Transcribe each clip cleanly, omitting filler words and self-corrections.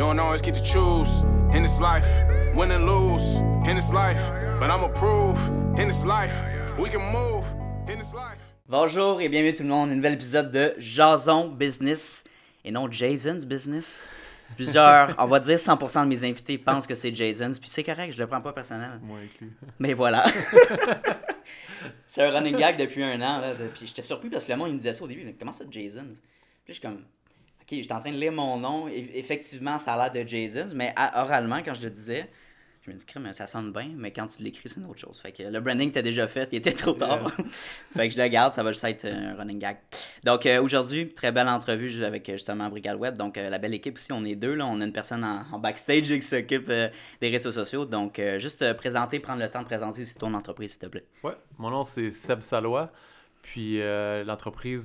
don't always get to choose in this life, win and lose in this life, but I'ma prove in this life, we can move in this life. Bonjour et bienvenue tout le monde à un nouvel épisode de Jason Business et non Jason's Business. Plusieurs, on va dire 100% de mes invités pensent que c'est Jason's, puis c'est correct, je le prends pas personnel. Moi inclus. Mais voilà. C'est un running gag depuis un an, là, puis j'étais surpris parce que le monde il me disait ça au début, comment ça Jason's? Puis je suis comme, ok, j'étais en train de lire mon nom, effectivement ça a l'air de Jason's, mais oralement quand je le disais, je me dis, mais ça sonne bien, mais quand tu l'écris, c'est une autre chose. Fait que le branding était déjà fait, il était trop tard. Yeah. Fait que je le garde, ça va juste être un running gag. Donc aujourd'hui, très belle entrevue avec justement Brigade Web. Donc la belle équipe aussi, on est deux. Là. On a une personne en backstage qui s'occupe des réseaux sociaux. Donc juste prendre le temps de présenter aussi ton entreprise, s'il te plaît. Ouais, mon nom c'est Seb Salois. Puis l'entreprise,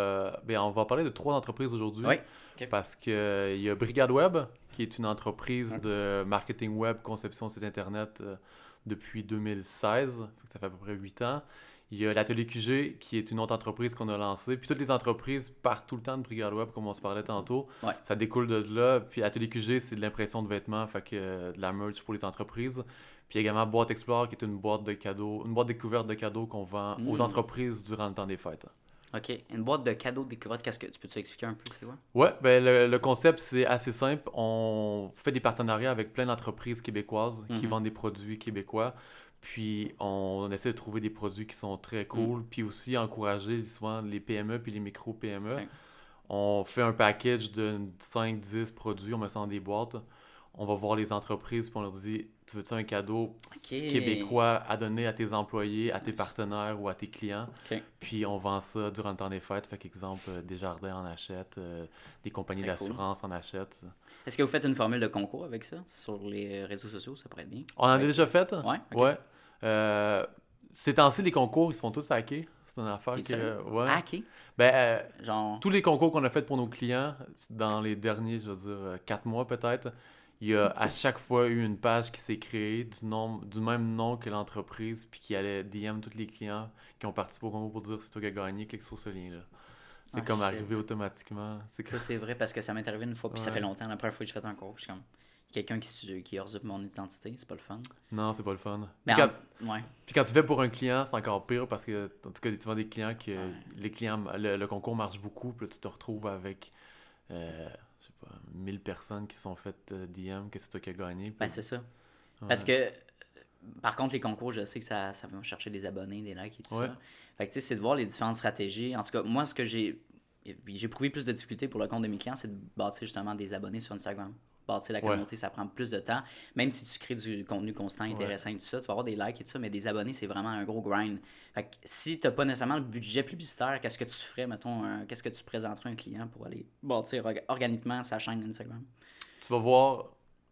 on va parler de 3 entreprises aujourd'hui. Oui. Okay. Parce qu'il y a Brigade Web, qui est une entreprise de marketing web, conception de site internet depuis 2016. Ça fait à peu près 8 ans. Il y a l'Atelier QG, qui est une autre entreprise qu'on a lancée. Puis toutes les entreprises partent tout le temps de Brigade Web, comme on se parlait tantôt. Ouais. Ça découle de là. Puis Atelier QG, c'est de l'impression de vêtements, fait que de la merch pour les entreprises. Puis également Boîte Explore, qui est une boîte de cadeaux, une boîte découverte de cadeaux qu'on vend aux entreprises durant le temps des fêtes. OK. Une boîte de cadeaux découverte, tu peux-tu expliquer un peu c'est quoi? Ouais, ben le concept, c'est assez simple. On fait des partenariats avec plein d'entreprises québécoises qui vendent des produits québécois. Puis on essaie de trouver des produits qui sont très cool. Puis aussi encourager souvent les PME puis les micro-PME. Okay. On fait un package de 5-10 produits, on met ça dans des boîtes. On va voir les entreprises puis on leur dit, tu veux-tu un cadeau québécois à donner à tes employés, à tes partenaires ou à tes clients? Okay. Puis on vend ça durant le temps des fêtes. Fait qu'exemple, Desjardins en achètent, des compagnies d'assurance en achètent. Est-ce que vous faites une formule de concours avec ça sur les réseaux sociaux? Ça pourrait être bien. On en a déjà fait. Ouais. Okay. Ouais. Ces temps-ci, les concours, ils se font tous hacker. C'est une affaire que... Hacker? Genre... Tous les concours qu'on a fait pour nos clients, dans les derniers, 4 mois peut-être, il y a à chaque fois eu une page qui s'est créée du même nom que l'entreprise, puis qui allait DM tous les clients qui ont participé au concours pour dire c'est toi qui as gagné, clique sur ce lien-là. C'est comme arrivé automatiquement. Ça, c'est vrai parce que ça m'est arrivé une fois, puis ça fait longtemps. La première fois que j'ai fait un concours, je suis comme quelqu'un qui usurpe mon identité, c'est pas le fun. Non, c'est pas le fun. Mais puis quand tu fais pour un client, c'est encore pire parce que, en tout cas, tu vois des clients que les clients, le concours marche beaucoup, puis là, tu te retrouves avec. Je sais pas, 1000 personnes qui sont faites DM que c'est toi qui as gagné. Puis... c'est ça. Ouais. Parce que, par contre, les concours, je sais que ça va chercher des abonnés, des likes et tout ça. Fait que, tu sais, c'est de voir les différentes stratégies. En tout cas, moi, ce que j'ai prouvé plus de difficultés pour le compte de mes clients, c'est de bâtir justement des abonnés sur Instagram. Bâtir la communauté, ça prend plus de temps. Même si tu crées du contenu constant, intéressant et tout ça, tu vas avoir des likes et tout ça, mais des abonnés, c'est vraiment un gros grind. Fait que si tu n'as pas nécessairement le budget publicitaire, qu'est-ce que tu ferais, mettons, qu'est-ce que tu présenterais à un client pour aller bâtir organiquement sa chaîne Instagram? Tu vas voir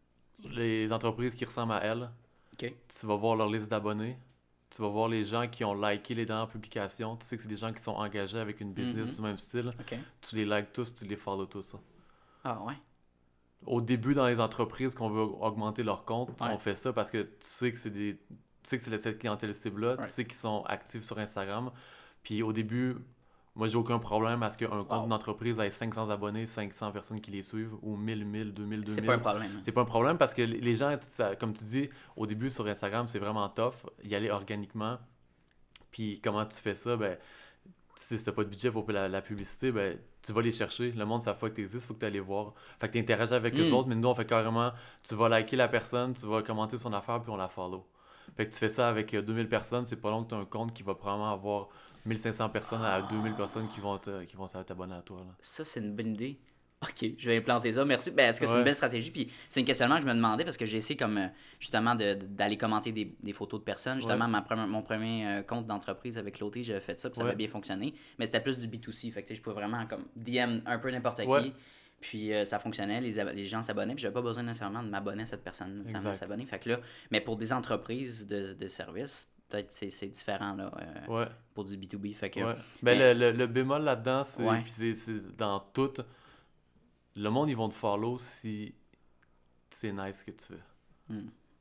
les entreprises qui ressemblent à elles. Okay. Tu vas voir leur liste d'abonnés. Tu vas voir les gens qui ont liké les dernières publications. Tu sais que c'est des gens qui sont engagés avec une business du même style. Okay. Tu les likes tous, tu les follow tous. Ah ouais? Au début, dans les entreprises qu'on veut augmenter leur compte, on fait ça parce que tu sais que c'est cette clientèle cible-là, tu sais qu'ils sont actifs sur Instagram. Puis au début, moi, j'ai aucun problème à ce qu'un compte d'entreprise ait 500 abonnés, 500 personnes qui les suivent, ou 1000, 2000. C'est pas un problème. C'est pas un problème parce que les gens, comme tu dis, au début sur Instagram, c'est vraiment tough, y aller organiquement. Puis comment tu fais ça? Si t'as pas de budget pour la publicité, tu vas les chercher. Le monde, ça faut que tu existes, faut que tu ailles les voir. Fait que tu interagis avec eux autres, mais nous, on fait carrément, tu vas liker la personne, tu vas commenter son affaire, puis on la follow. Fait que tu fais ça avec 2000 personnes, c'est pas long que tu as un compte qui va probablement avoir 1500 personnes à 2000 personnes qui vont t'abonner à toi. Là. Ça, c'est une bonne idée. OK, je vais implanter ça. Merci. Est-ce que c'est une belle stratégie? Puis c'est un questionnement que je me demandais parce que j'ai essayé comme justement d'aller commenter des photos de personnes. Justement, mon premier compte d'entreprise avec l'autre, j'avais fait ça, puis ça avait bien fonctionné. Mais c'était plus du B2C. Fait que je pouvais vraiment comme DM un peu n'importe qui. Puis ça fonctionnait, les gens s'abonnaient, puis j'avais pas besoin nécessairement de m'abonner à cette personne, de s'abonner. Fait que là, mais pour des entreprises de services, peut-être c'est différent là, pour du B2B. Fait que, le bémol là-dedans, c'est dans tout. Le monde, ils vont te follow si c'est nice ce que tu fais.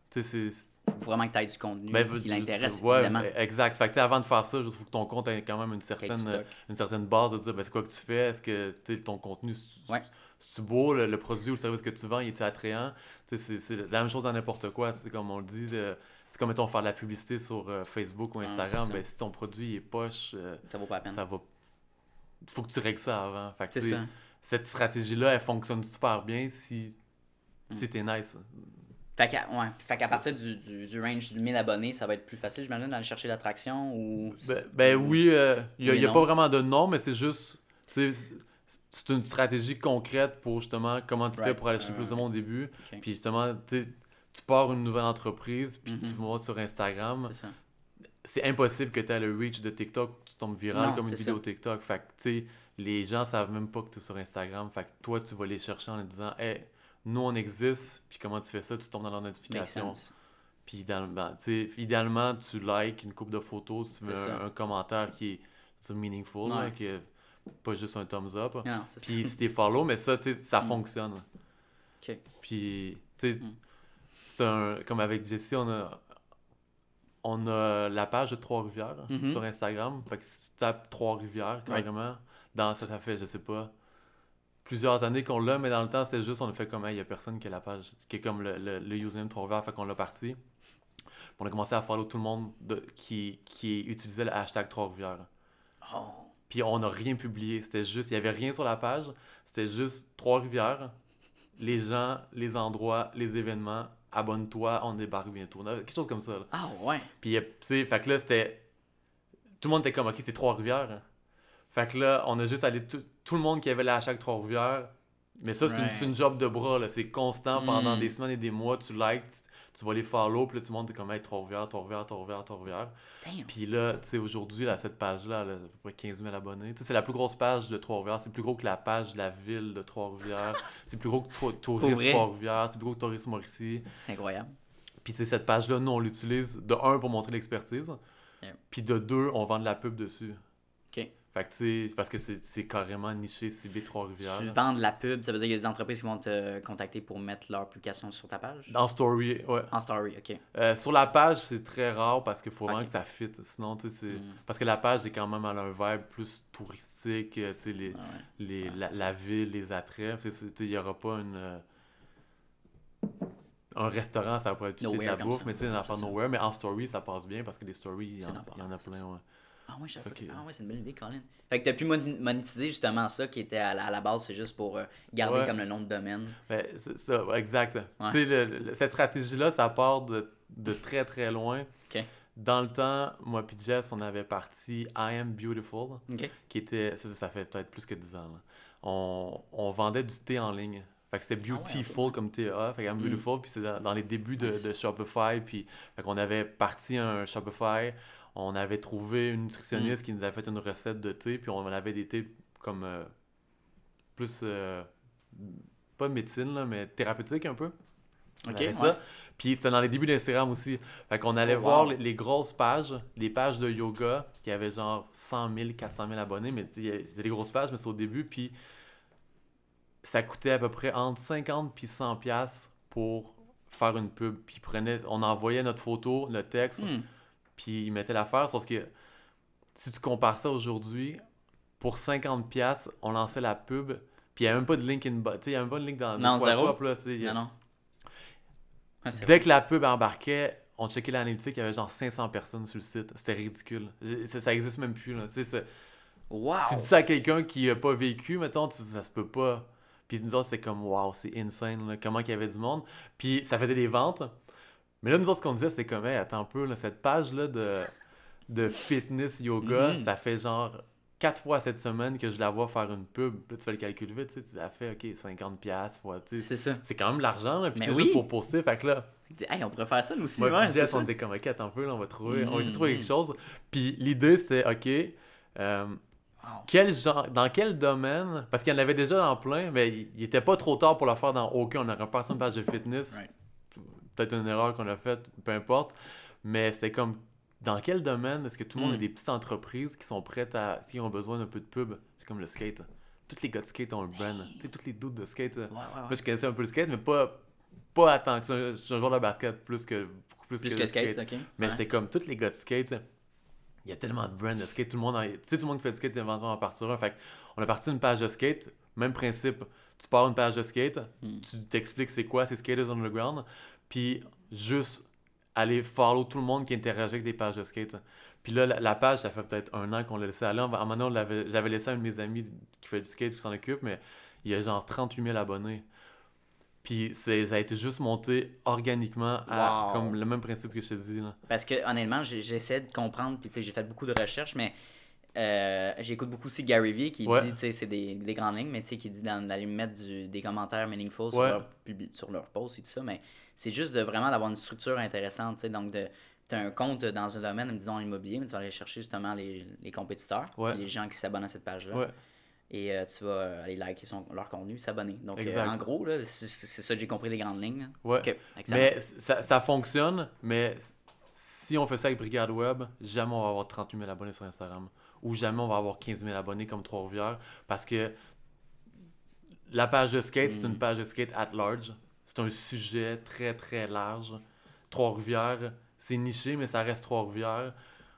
Tu sais, Faut vraiment que tu aies du contenu ben, qui l'intéresse, ouais, évidemment. exact. Fait que, tu sais, avant de faire ça, il faut que ton compte ait quand même une Qu'il y ait du certaine stock. base de dire, ben, c'est quoi que tu fais, est-ce que tu sais, ton contenu, Ouais. c'est beau, le produit ou le service que tu vends, il est attrayant? Tu sais, c'est la même chose dans n'importe quoi, c'est comme on le dit, c'est comme, mettons, faire de la publicité sur Facebook ou Instagram, c'est ben, ça. si ton produit est poche, Ça vaut pas la peine. ça va... Faut que tu règles ça avant. Fait que, C'est tu sais, ça. cette stratégie-là, elle fonctionne super bien si t'es nice. Fait qu'à partir du range du 1000 abonnés, ça va être plus facile, j'imagine, d'aller chercher l'attraction ou... Ben oui, il n'y a non. pas vraiment de nom, mais c'est juste, tu sais, c'est une stratégie concrète pour justement comment tu fais pour aller chercher plus de monde au début. Ok. Puis justement, tu pars une nouvelle entreprise, puis Mhm. tu vas sur Instagram. C'est ça. C'est impossible que tu aies le reach de TikTok, tu tombes viral Non, comme une c'est vidéo ça. TikTok. Fait que, tu sais, les gens savent même pas que tu es sur Instagram. Fait que toi, tu vas les chercher en leur disant, hey, nous on existe, puis comment tu fais ça, tu tombes dans leur Makes notification. sense. Puis idéalement, tu likes une coupe de photos, tu mets C'est ça. un commentaire qui est meaningful, là, Ouais. qui est pas juste un thumbs up. Non, c'est ça. Puis si t'es follow, mais ça, tu sais, ça Mm. fonctionne. Ok. Puis, tu sais, Mm. comme avec Jessie, on a la page de Trois-Rivières Mhm. sur Instagram. Fait que si tu tapes Trois-Rivières, carrément, ça fait, je sais pas, plusieurs années qu'on l'a, mais dans le temps, c'est juste, on a fait comme, il y a personne qui a la page, qui est comme le username Trois-Rivières, fait qu'on l'a parti. Puis on a commencé à follow tout le monde qui utilisait le hashtag Trois-Rivières. Oh. Puis on n'a rien publié, c'était juste, il n'y avait rien sur la page, c'était juste Trois-Rivières, les gens, les endroits, les événements, abonne-toi, on débarque bientôt. Quelque chose comme ça, là. Ah ouais. Puis, tu sais, fait que là, c'était... Tout le monde était comme, OK, c'est Trois-Rivières. Hein. Fait que là, on a juste allé... Tout le monde qui avait le hashtag Trois-Rivières. Mais ça, c'est une job de bras, là. C'est constant pendant des semaines et des mois. Tu likes, tu vas les follow, puis là, tout le monde est comme, hey, Trois-Rivières, Trois-Rivières, Trois-Rivières, Trois-Rivières. Damn. Puis là, tu sais, aujourd'hui, là, cette page-là, elle a à peu près 15 000 abonnés. Tu sais, c'est la plus grosse page de Trois-Rivières. C'est plus gros que la page de la ville de Trois-Rivières. C'est plus gros que Pour Tourisme vrai? Trois-Rivières. C'est plus gros que Tourisme Mauricie. C'est incroyable. Puis tu sais, cette page-là, nous, on l'utilise de un pour montrer l'expertise, puis de deux, on vend de la pub dessus. OK. Fait que tu sais, parce que c'est carrément niché ciblé Trois-Rivières. Tu vends de la pub, ça veut dire qu'il y a des entreprises qui vont te contacter pour mettre leur publication sur ta page? En story, ouais. En story, OK. Sur la page, c'est très rare parce qu'il faut vraiment Ok. que ça fit. Sinon, tu sais, parce que la page est quand même à un vibe plus touristique, tu sais, Ah ouais. la ville, les attraits. Tu sais, il n'y aura pas un restaurant, ça pourrait être peut-être Nowhere la comme bouffe, ça. mais tu sais, dans C'est ça. Nowhere, mais en story, ça passe bien parce que les stories, il y C'est en n'importe a quoi, plein, ouais. Ah ouais, je savais pas. Ok. Ah ouais, c'est une bonne idée, Colin. Fait que t'as pu monétiser justement ça qui était à la base, c'est juste pour garder Ouais. comme le nom de domaine. Ben, c'est ça, ouais, exact. Ouais. Tu sais, cette stratégie-là, ça part de très très loin. OK. Dans le temps, moi et Jess, on avait parti I Am Beautiful, OK. qui était, ça fait peut-être plus que 10 ans. Là. On vendait du thé en ligne. Fait que c'était Beautiful comme TEA, fait que I'm Beautiful, puis c'est dans les débuts de Shopify, puis fait qu'on avait parti un Shopify, on avait trouvé une nutritionniste qui nous avait fait une recette de thé, puis on avait des thés comme plus, pas de médecine, là, mais thérapeutique un peu. On Ok, avait ouais. ça. Puis c'était dans les débuts d'Instagram aussi. Fait qu'on allait Oh, voir wow. les grosses pages, les pages de yoga qui avaient genre 100 000, 400 000 abonnés, mais c'était des grosses pages, mais c'est au début. Puis ça coûtait à peu près entre 50 puis 100 piastres pour faire une pub. Puis on envoyait notre photo, le texte, puis ils mettaient l'affaire. Sauf que si tu compares ça aujourd'hui, pour 50 piastres, on lançait la pub, puis il n'y avait même pas de link tu sais, il n'y avait même pas de link dans Non, le swipe zéro. up, là, tu sais, Non, non. Ah, c'est Dès que la pub embarquait, on checkait l'analytique, il y avait genre 500 personnes sur le site. C'était ridicule. Ça existe même plus, là. Tu sais, Wow! tu dis ça à quelqu'un qui a pas vécu, mettons, ça se peut pas. Puis nous autres, c'est comme, wow, c'est insane, là, comment qu'il y avait du monde. Puis ça faisait des ventes. Mais là, nous autres, ce qu'on disait, c'est comme, hey, attends un peu, là, cette page-là de fitness yoga, ça fait genre 4 fois cette semaine que je la vois faire une pub. Puis là, tu fais le calcul vite, tu sais, tu as fait, OK, 50$ fois, tu sais. C'est ça. C'est quand même de l'argent, là, puis Mais c'est oui. juste pour poster. Fait que là, Hey, on pourrait faire ça nous aussi, moi ouais, puis c'est Jess, ça. on était comme, OK, attends un peu, là, on va essayer de trouver quelque chose. Puis l'idée, c'était, OK, dans quel domaine, parce qu'il y en avait déjà dans plein, mais il était pas trop tard pour le faire dans aucun. On n'aurait pas une page de fitness. Right. Peut-être une erreur qu'on a faite, peu importe. Mais c'était comme, dans quel domaine est-ce que tout le monde a des petites entreprises qui sont prêtes qui ont besoin d'un peu de pub? C'est comme le skate. Tous les gars de skate ont un brand. Tu sais, tous les doutes de skate. Ouais. Moi, je connaissais un peu le skate, mais pas pas tant que ça. Je suis un joueur de basket beaucoup plus Plus que que de skate, ok. Mais Ouais. j'étais comme tous les gars de skate. Il y a tellement de brands de skate. Tout le monde qui fait du skate éventuellement en partir un. Fait on a parti une page de skate. Même principe. Tu pars une page de skate. Tu t'expliques c'est quoi, c'est Skaters Underground. Puis juste aller follow tout le monde qui interagit avec des pages de skate. Puis là, la page, ça fait peut-être 1 an qu'on l'a laissé aller. À un moment donné, j'avais laissé à un de mes amis qui fait du skate qui s'en occupe, mais il y a genre 38 000 abonnés. Puis ça a été juste monté organiquement à Wow. comme le même principe que je te dis. Là. Parce que honnêtement, j'essaie de comprendre, puis tu sais, j'ai fait beaucoup de recherches, mais j'écoute beaucoup aussi Gary Vee qui Ouais. dit, tu sais, c'est des grandes lignes, mais tu sais, qui dit d'aller mettre des commentaires meaningful sur, Ouais. sur leur post et tout ça, mais c'est juste vraiment d'avoir une structure intéressante, tu sais, donc t'as un compte dans un domaine, disons l'immobilier, mais tu vas aller chercher justement les compétiteurs, Ouais. puis les gens qui s'abonnent à cette page-là. Ouais. Et tu vas aller liker leur contenu, s'abonner. Donc, Exact. en gros, là, c'est ça que j'ai compris les grandes lignes. Ouais. Ok, excellent. Mais ça fonctionne, mais si on fait ça avec Brigade Web, jamais on va avoir 38 000 abonnés sur Instagram. Ou jamais on va avoir 15 000 abonnés comme Trois-Rivières. Parce que la page de skate, c'est une page de skate at large. C'est un sujet très très large. Trois-Rivières, c'est niché, mais ça reste Trois-Rivières.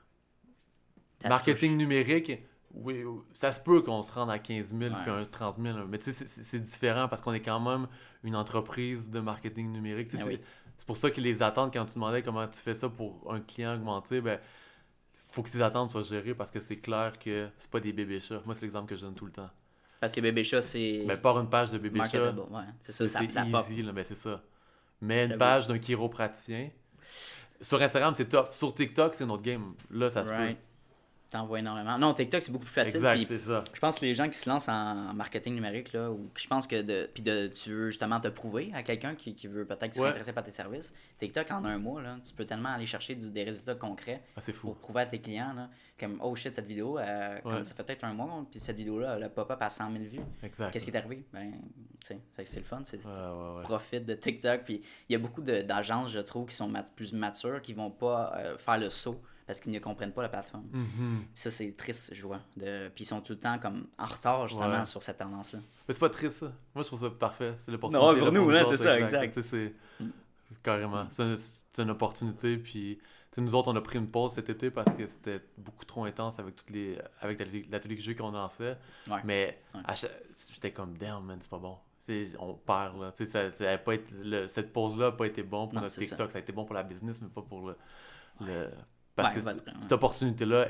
Marketing numérique, oui, ça se peut qu'on se rende à 15 000 puis un 30 000. Mais tu sais, c'est différent parce qu'on est quand même une entreprise de marketing numérique. Tu sais, oui. C'est pour ça que les attentes, quand tu demandais comment tu fais ça pour un client augmenté, ben faut que ces attentes soient gérées parce que c'est clair que c'est pas des bébés chats. Moi, c'est l'exemple que je donne tout le temps. Parce que bébé chat, c'est Ben, par une page de bébé chat, marketable. Ouais, c'est ça, ça pop. easy, là, ben, c'est ça. Mais une J'avoue. page d'un chiropraticien, sur Instagram, c'est tough. Sur TikTok, c'est une autre game. Là, ça se Right. peut. T'en vois énormément. Non, TikTok, c'est beaucoup plus facile. Exact, puis c'est ça. je pense que les gens qui se lancent en marketing numérique, là, ou je pense que tu veux justement te prouver à quelqu'un qui veut peut-être se Ouais. intéressé par tes services, TikTok, en 1 mois, là, tu peux tellement aller chercher des résultats concrets Ah, c'est fou. pour prouver à tes clients, là, comme oh shit, cette vidéo, comme ça fait peut-être 1 mois, puis cette vidéo-là, elle a pop-up à 100 000 vues. Exact. Qu'est-ce qui est arrivé? Ben, tu sais, fait que c'est le fun, c'est Ouais. profite de TikTok. Puis il y a beaucoup d'agences, je trouve, qui sont plus matures, qui vont pas faire le saut parce qu'ils ne comprennent pas la plateforme. Mhm. Puis ça, c'est triste, je vois. Puis ils sont tout le temps comme en retard, justement, Ouais. sur cette tendance-là. Mais c'est pas triste, ça. Moi, je trouve ça parfait. C'est l'opportunité. Non, pour là, nous, là, autres, c'est ça, exact. Tu sais, carrément. C'est une opportunité. Puis, tu sais, nous autres, on a pris une pause cet été parce que c'était beaucoup trop intense avec avec l'atelier que j'ai qu'on lançait. Ouais. Mais Ouais. j'étais comme, damn, man, c'est pas bon. On perd, là. Tu sais, ça avait pas été, cette pause-là n'a pas été bon pour Non, notre c'est TikTok. Ça a été bon pour la business, mais pas pour parce Ouais, que votre- cette opportunité-là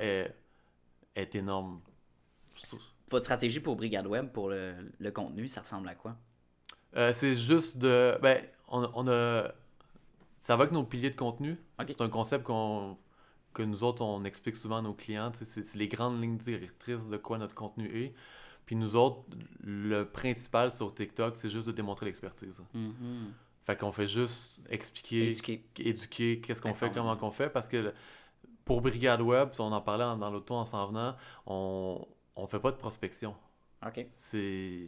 est énorme. Votre stratégie pour Brigade Web, pour le contenu, ça ressemble à quoi? C'est juste de. Ben, on a. Ça va avec nos piliers de contenu. Ok. C'est un concept que nous autres, on explique souvent à nos clients. Tu sais, c'est les grandes lignes directrices de quoi notre contenu est. Puis nous autres, le principal sur TikTok, c'est juste de démontrer l'expertise. Mhm. Fait qu'on fait juste expliquer, éduquer qu'est-ce qu'on fait, Informer. comment qu'on fait. Parce que pour Brigade Web, on en parlait dans l'auto en s'en venant, on fait pas de prospection. OK. Je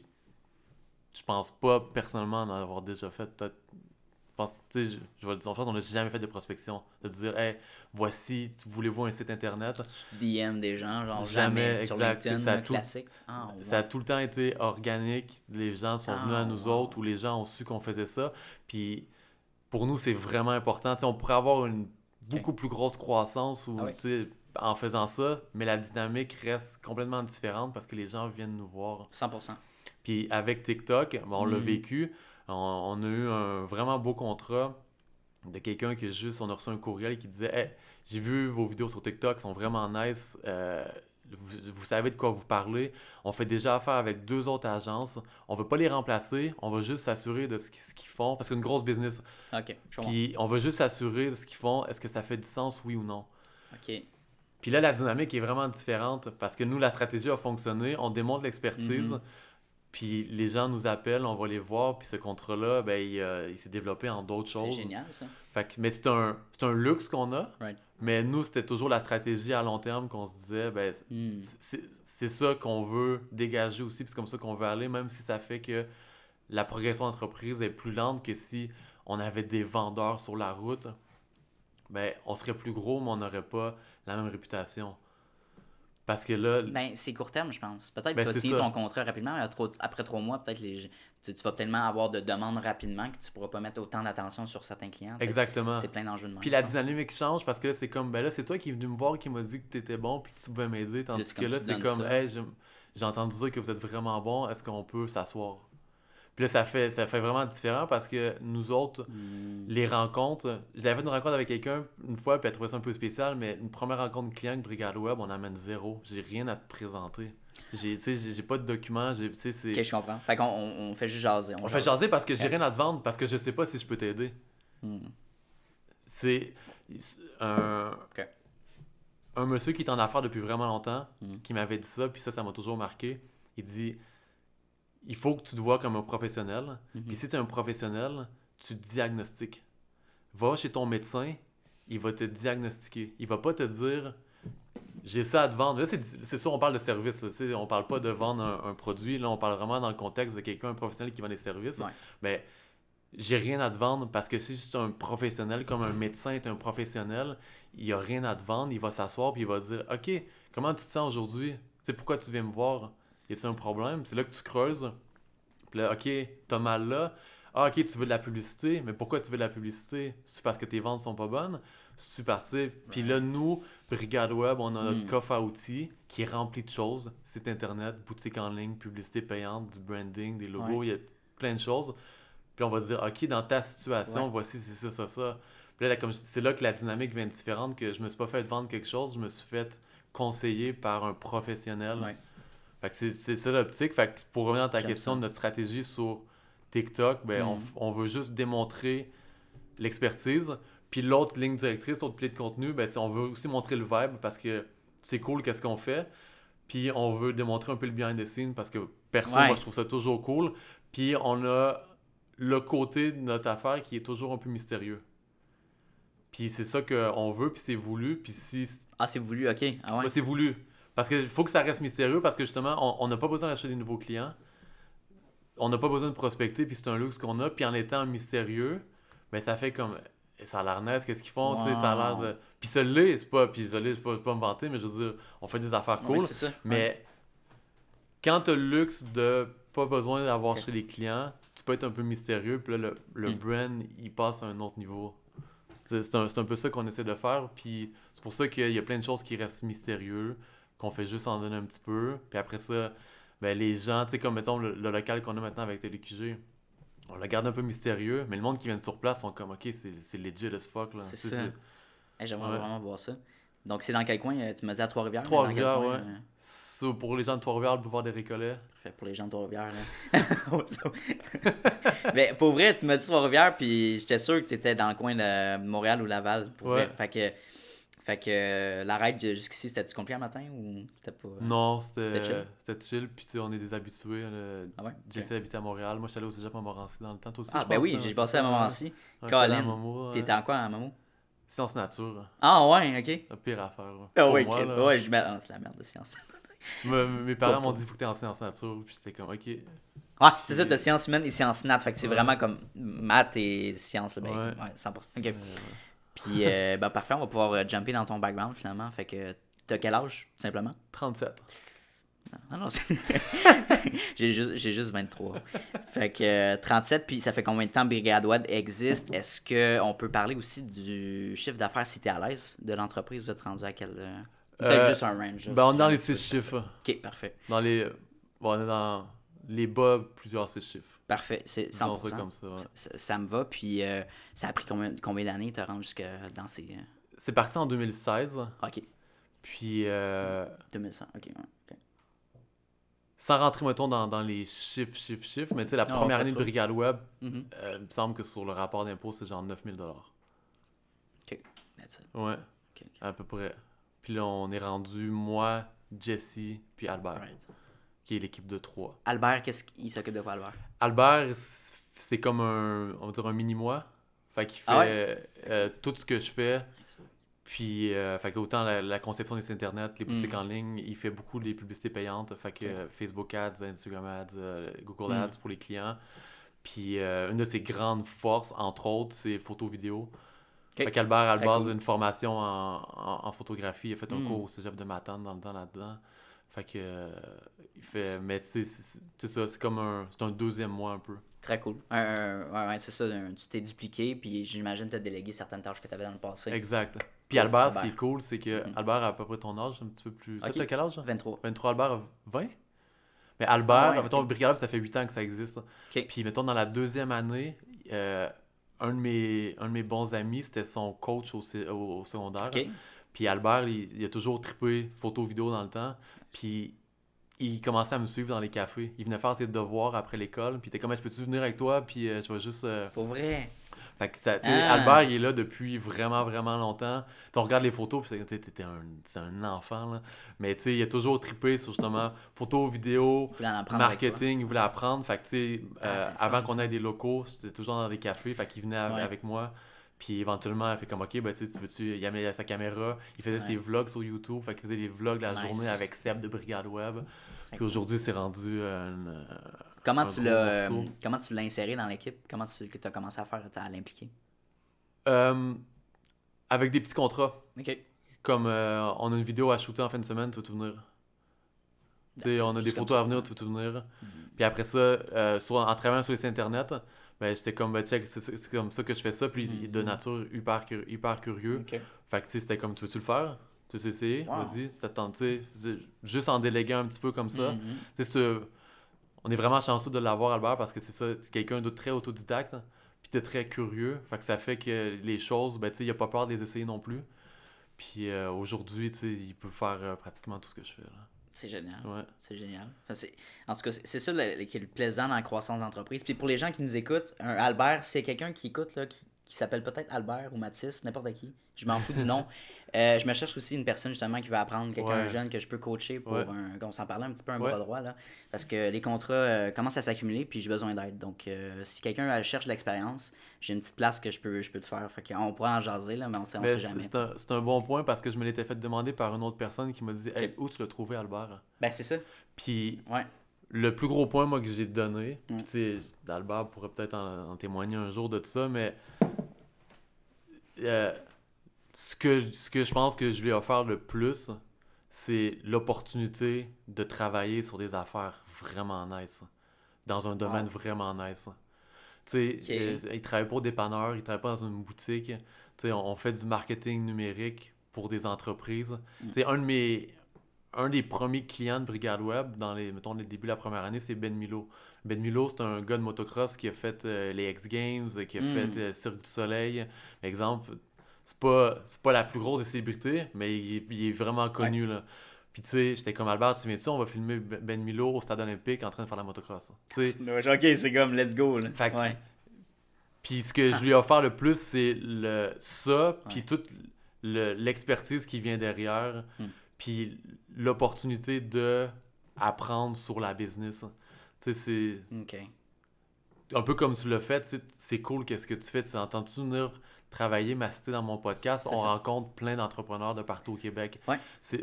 pense pas personnellement en avoir déjà fait. Peut-être. Je pense, tu sais, je vais le dire en face, on n'a jamais fait de prospection. De dire, hey, voici, voulez-vous un site internet? DM des gens, genre Jamais, sur exact. LinkedIn, Ça a un tout- classique. Ah, ouais. Ça a tout le temps été organique. Les gens sont venus à nous wow. autres ou les gens ont su qu'on faisait ça. Puis pour nous, c'est vraiment important. Tu sais, on pourrait avoir une beaucoup plus grosse croissance ou, Ah oui. tu sais, en faisant ça, mais la dynamique reste complètement différente parce que les gens viennent nous voir. 100%. Puis avec TikTok, bon, on l'a Mhm. vécu. On a eu un vraiment beau contrat de quelqu'un qui on a reçu un courriel qui disait hey, j'ai vu vos vidéos sur TikTok, elles sont vraiment nice. Vous savez de quoi vous parlez. On fait déjà affaire avec 2 autres agences. On veut pas les remplacer. On va juste s'assurer de ce qu'ils font. Parce que c'est une grosse business. OK, je comprends. Puis on va juste s'assurer de ce qu'ils font. Est-ce que ça fait du sens, oui ou non? OK. Puis là, la dynamique est vraiment différente parce que nous, la stratégie a fonctionné. On démontre l'expertise. Mhm. Puis les gens nous appellent, on va les voir. Puis ce contrat-là, ben, il s'est développé en d'autres C'est choses. génial, ça. Fait que, mais c'est un luxe qu'on a. Right. Mais nous, c'était toujours la stratégie à long terme qu'on se disait, ben, Mm. c'est ça qu'on veut dégager aussi, puis c'est comme ça qu'on veut aller, même si ça fait que la progression d'entreprise est plus lente que si on avait des vendeurs sur la route. Ben, on serait plus gros, mais on n'aurait pas la même réputation. Parce que là, Ben, c'est court terme, je pense. Peut-être que Ben, tu vas c'est signer ça. ton contrat rapidement, mais après 3 mois, peut-être tu vas tellement avoir de demandes rapidement que tu pourras pas mettre autant d'attention sur certains clients. Peut-être exactement. c'est plein d'enjeux de même, Puis je la pense. dynamique change parce que là, c'est comme, ben là, c'est toi qui es venu me voir qui m'a dit que t'étais bon puis si tu pouvais m'aider. Tandis c'est que comme là, tu c'est donnes comme, ça. hey, j'ai entendu dire que vous êtes vraiment bon, est-ce qu'on peut s'asseoir? Puis là, ça fait vraiment différent parce que nous autres, les rencontres, j'avais fait une rencontre avec quelqu'un une fois puis elle trouvait ça un peu spécial, mais une première rencontre client avec Brigade Web, on amène zéro. J'ai rien à te présenter. Tu sais, j'ai pas de documents, tu sais, c'est... Ok, je comprends. Fait qu'on on fait juste jaser. On fait jase. jaser parce que j'ai Ok. rien à te vendre, parce que je sais pas si je peux t'aider. Hmm. C'est un, Ok. un monsieur qui est en affaires depuis vraiment longtemps, Mm. qui m'avait dit ça, puis ça m'a toujours marqué. Il dit, il faut que tu te vois comme un professionnel, Mhm. puis si tu es un professionnel, tu te diagnostiques. Va chez ton médecin, il va te diagnostiquer. Il va pas te dire, j'ai ça à te vendre. Là, c'est sûr, on parle de service. Là, tu sais, on parle pas de vendre un produit. Là, on parle vraiment dans le contexte de quelqu'un, un professionnel qui vend des services. Ouais. Mais j'ai rien à te vendre parce que si c'est un professionnel, comme un médecin est un professionnel, il a rien à te vendre. Il va s'asseoir puis il va dire, OK, comment tu te sens aujourd'hui? Tu sais, pourquoi tu viens me voir? Y a-t-il un problème? C'est là que tu creuses. Puis là, OK, t'as mal là. Ah, OK, tu veux de la publicité. Mais pourquoi tu veux de la publicité? C'est-tu parce que tes ventes sont pas bonnes? C'est-tu parce que... Puis là, nous, Brigade Web, on a notre coffre à outils qui est rempli de choses. Site internet, boutique en ligne, publicité payante, du branding, des logos, il y a plein de choses. Puis on va dire, OK, dans ta situation, voici, c'est ça. Puis là, c'est là que la dynamique vient différente, que je me suis pas fait vendre quelque chose, je me suis fait conseiller par un professionnel. Ouais. Fait que c'est ça l'optique. Fait que pour revenir à ta J'aime question ça. de notre stratégie sur TikTok, ben on veut juste démontrer l'expertise. Puis l'autre ligne directrice, l'autre pilier de contenu, ben on veut aussi montrer le vibe parce que c'est cool qu'est-ce qu'on fait. Puis on veut démontrer un peu le behind the scenes parce que perso, moi je trouve ça toujours cool. Puis on a le côté de notre affaire qui est toujours un peu mystérieux. Puis c'est ça qu'on veut, puis c'est voulu. Puis si... Ah, c'est voulu, ok. Ah ouais. Ouais, c'est voulu. Parce qu'il faut que ça reste mystérieux parce que justement, on n'a pas besoin d'acheter des nouveaux clients. On n'a pas besoin de prospecter, puis c'est un luxe qu'on a. Puis en étant mystérieux, ben ça fait comme... Ça a l'air nice, qu'est-ce qu'ils font, tu sais, ça a l'air de... Puis ça l'est, c'est pas me vanter, mais je veux dire, on fait des affaires cool. Oui, c'est ça. Mais quand t'as le luxe de pas besoin d'avoir chez les clients, tu peux être un peu mystérieux, puis là, le brand, il passe à un autre niveau. C'est un peu ça qu'on essaie de faire, puis c'est pour ça qu'il y a plein de choses qui restent mystérieux, qu'on fait juste en donner un petit peu, puis après ça, ben les gens, tu sais, comme mettons le local qu'on a maintenant avec TéléQG, on le garde un peu mystérieux, mais le monde qui vient sur place sont comme, ok, c'est legit as fuck, là. C'est ça. J'aimerais Ouais. vraiment voir ça. Donc, c'est dans quel coin? Tu m'as dit à Trois-Rivières? Trois-Rivières, mais dans ouais. quel coin, So, pour les gens de Trois-Rivières, le boulevard des Récollets. Parfait, pour les gens de Trois-Rivières. Là. Mais pour vrai, tu m'as dit Trois-Rivières, puis j'étais sûr que tu étais dans le coin de Montréal ou Laval. Pour Ouais. vrai. Fait que la ride jusqu'ici, c'était-tu compliqué le matin ou c'était pas. Non, C'était chill. c'était chill, puis tu sais, on est des habitués. Ah ouais? Jesse habitait à Montréal, moi j'étais allé au cégep à Montmorency dans le temps, toi aussi. Ah, je ben pense, oui, hein, j'ai c'est passé ça, à Maman ouais. aussi. Ouais, j'étais allé à Colin, Momo, t'étais en quoi à Maman? Sciences nature. Ah ouais, ok. La pire affaire. Là. Ah Pour ouais, moi, ok. là. Ouais, c'est la merde de sciences. Mes parents m'ont dit qu'il faut que tu aies en sciences nature, puis j'étais comme, ok. Ouais, c'est ça, t'as sciences humaines et sciences nat. Fait que c'est vraiment comme maths et sciences. Là, ben, Ouais. ouais, 100%. Ok. Puis, ben parfait, on va pouvoir jumper dans ton background finalement. Fait que t'as quel âge, tout simplement? 37. Non, j'ai juste 23. Fait que 37, puis ça fait combien de temps Brigade Web existe? Est-ce qu'on peut parler aussi du chiffre d'affaires si t'es à l'aise de l'entreprise? Vous êtes rendu à quel... Peut-être juste un range. Ben, on est dans les 6 chiffres. Ok, parfait. On est dans les bas, plusieurs 6 chiffres. Parfait, c'est 100%. Disons ça comme ça, ouais. Ça me va, puis ça a pris combien d'années de te rendre jusque dans ces... C'est parti en 2016, Ok, puis 2100, ok. Ouais. sans rentrer, mettons, dans les chiffres, mais tu sais, la première pas année de trop. Brigade Web, Mhm. il me semble que sur le rapport d'impôt, c'est genre 9 000 $. Ok, that's it. Ouais, Ok. à peu près. Puis là, on est rendu, moi, Jesse, puis Albert, Right. qui est l'équipe de 3. Albert, qu'est-ce qu'il s'occupe de quoi, Albert? Albert, c'est comme on va dire un mini-moi. Fait qu'il fait tout ce que je fais. Puis, fait que autant la conception des sites internet, les boutiques en ligne, il fait beaucoup des publicités payantes. Fait que Facebook Ads, Instagram Ads, Google Ads pour les clients. Puis, une de ses grandes forces, entre autres, c'est photo-vidéo. Fait qu'Albert, à la Très base, cool. a une formation en photographie. Il a fait un Mm. cours au cégep de Matane dans le temps là-dedans. Fait que, il fait. Mais tu sais, c'est ça, c'est comme c'est un deuxième mois un peu. Très cool. Ouais, c'est ça. Tu t'es dupliqué, puis j'imagine que tu as délégué certaines tâches que tu avais dans le passé. Exact. Puis Cool, Albert, ce qui Albert. est cool, c'est que Albert a à peu près ton âge, un petit peu plus. Toi, Ok. t'as quel âge? 23. 23, Albert a 20? Mais Ah Albert, ouais, mettons, ok. Brigade Web, ça fait 8 ans que ça existe. Ok. Puis, mettons, dans la deuxième année, un de mes bons amis, c'était son coach au secondaire. Ok. Puis Albert, il a toujours trippé photo-vidéo dans le temps. Puis il commençait à me suivre dans les cafés. Il venait faire ses devoirs après l'école. Puis il était comme, je peux-tu venir avec toi? Puis je vais juste. Pour vrai. Fait que, tu sais, Ah. Albert, il est là depuis vraiment, vraiment longtemps. T'sais, on regarde les photos, puis c'est un enfant, là. Mais tu sais, il a toujours trippé sur justement photo, vidéo, Il voulait en apprendre avec toi. marketing, il voulait apprendre. Fait que, tu sais, C'est le avant fun, qu'on ça. ait des locaux, c'était toujours dans des cafés. Fait qu'il venait Ouais. avec moi. Puis éventuellement, il fait comme, OK, ben, tu veux-tu. Il amenait sa caméra. Il faisait ses vlogs sur YouTube. Fait qu'il faisait des vlogs la Nice. journée avec Seb de Brigade Web. Fait Puis aujourd'hui, c'est rendu Comment un tu gros l'as morceau. comment tu l'as inséré dans l'équipe? Comment tu as commencé à faire, à l'impliquer? avec des petits contrats. Ok. Comme on a une vidéo à shooter en fin de semaine, tu veux venir. Tu sais, on a des Juste comme photos ça. à venir, tu veux venir. Puis après ça, en travaillant sur les sites internet, ben, j'étais comme, ben, check, c'est comme ça que je fais ça. Puis il est de nature hyper curieux. Ok. Fait que tu sais, c'était comme, tu veux-tu le faire? Tu veux essayer? Wow. Vas-y, t'attends, tu sais. Juste en déléguant un petit peu comme ça. Mhm. Tu sais, on est vraiment chanceux de l'avoir, Albert, parce que c'est ça, c'est quelqu'un de très autodidacte, puis de très curieux. Fait que ça fait que les choses, ben, tu sais, il a pas peur de les essayer non plus. Puis aujourd'hui, tu sais, il peut faire pratiquement tout ce que je fais, là. C'est génial. Ouais. C'est génial. Enfin, en tout cas, c'est ça qui est le plaisant dans la croissance d'entreprise. Puis pour les gens qui nous écoutent, un Albert, c'est quelqu'un qui écoute, là, qui s'appelle peut-être Albert ou Mathis, n'importe qui. Je m'en fous du nom. Je me cherche aussi une personne justement qui veut apprendre, quelqu'un Ouais. jeune que je peux coacher pour Ouais. on s'en parlait un petit peu, un Ouais. bras droit, là. Parce que les contrats commencent à s'accumuler, puis j'ai besoin d'aide. Donc, si quelqu'un cherche de l'expérience, j'ai une petite place que je peux te faire. Fait qu'on pourra en jaser, là, mais on sait Mais jamais. c'est un bon point parce que je me l'étais fait demander par une autre personne qui m'a dit hey, où tu l'as trouvé, Albert? Ben, c'est ça. Puis Ouais. le plus gros point, moi, que j'ai donné, puis tu sais, Albert pourrait peut-être en témoigner un jour de tout ça, mais ce que je pense que je lui ai offert le plus, c'est l'opportunité de travailler sur des affaires vraiment nice, dans un domaine vraiment nice. Tu sais, il travaille pas au dépanneur, il travaille pas dans une boutique. Tu sais, on fait du marketing numérique pour des entreprises. Tu sais, un des premiers clients de Brigade Web, mettons, les débuts de la première année, c'est Ben Milo. Ben Milo, c'est un gars de motocross qui a fait les X Games, qui a fait Cirque du Soleil. Exemple, c'est pas la plus grosse des célébrités, mais il est vraiment connu, là. Puis tu sais, j'étais comme Albert, tu viens-tu, on va filmer Ben Milo au stade olympique en train de faire la motocross. Tu sais, Ok, c'est comme let's go. Là. fait que- Ouais. puis ce que je lui ai offert le plus, c'est ça, puis toute l'expertise qui vient derrière, puis l'opportunité de apprendre sur la business. Tu sais, c'est Ok. un peu comme tu l'as fait, tu sais, c'est cool qu'est-ce que tu fais. Tu entends-tu venir travailler, m'assister dans mon podcast? C'est On ça. rencontre plein d'entrepreneurs de partout au Québec. Ouais.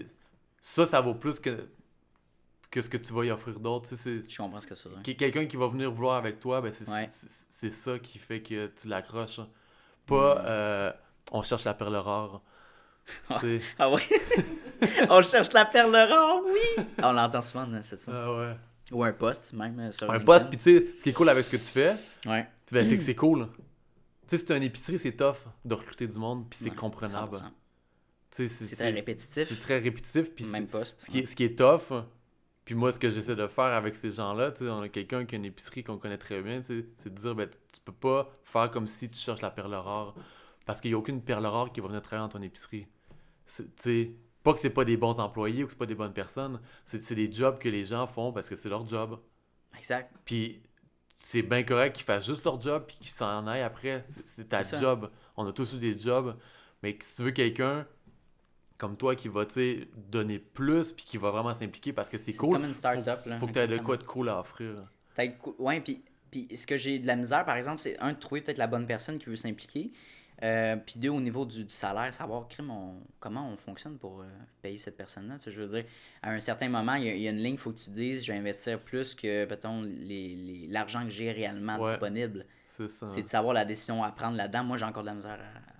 Ça vaut plus que ce que tu vas y offrir d'autres. Tu sais, Je comprends ce que ça veut dire. quelqu'un qui va venir vouloir avec toi, ben Ouais. c'est ça qui fait que tu l'accroches. Pas on cherche la perle rare. Tu sais. Ah ouais? On cherche la perle rare, oui! On l'entend souvent, cette fois. Ah ouais. Ou un post, même, sur Un LinkedIn. poste, puis tu sais, ce qui est cool avec ce que tu fais, Ouais. ben, c'est que c'est cool. Tu sais, si t'as une épicerie, c'est tough de recruter du monde, puis c'est Ouais, comprenable. 100%. Tu sais, C'est très répétitif. C'est très répétitif, puis Même poste. ce qui est tough, puis moi, ce que j'essaie de faire avec ces gens-là, tu sais, on a quelqu'un qui a une épicerie qu'on connaît très bien, tu sais, c'est de dire, ben, tu peux pas faire comme si tu cherches la perle rare, parce qu'il y a aucune perle rare qui va venir travailler dans ton épicerie. Tu sais, pas que c'est pas des bons employés ou que c'est pas des bonnes personnes, c'est des jobs que les gens font parce que c'est leur job. Exact. Puis c'est bien correct qu'ils fassent juste leur job puis qu'ils s'en aillent après. C'est ta C'est ça. job. On a tous eu des jobs. Mais si tu veux quelqu'un comme toi qui va, tu sais, donner plus puis qui va vraiment s'impliquer parce que c'est cool, comme une start-up. faut que tu aies de quoi de cool à offrir. Ouais, puis ce que j'ai de la misère, par exemple, c'est de trouver peut-être la bonne personne qui veut s'impliquer. Puis deux, au niveau du salaire, savoir comment on fonctionne pour payer cette personne-là. Tu sais, je veux dire, à un certain moment, il y a une ligne, il faut que tu dises, je vais investir plus que, mettons, l'argent que j'ai réellement Ouais. disponible. C'est ça. C'est de savoir la décision à prendre là-dedans. Moi, j'ai encore de la misère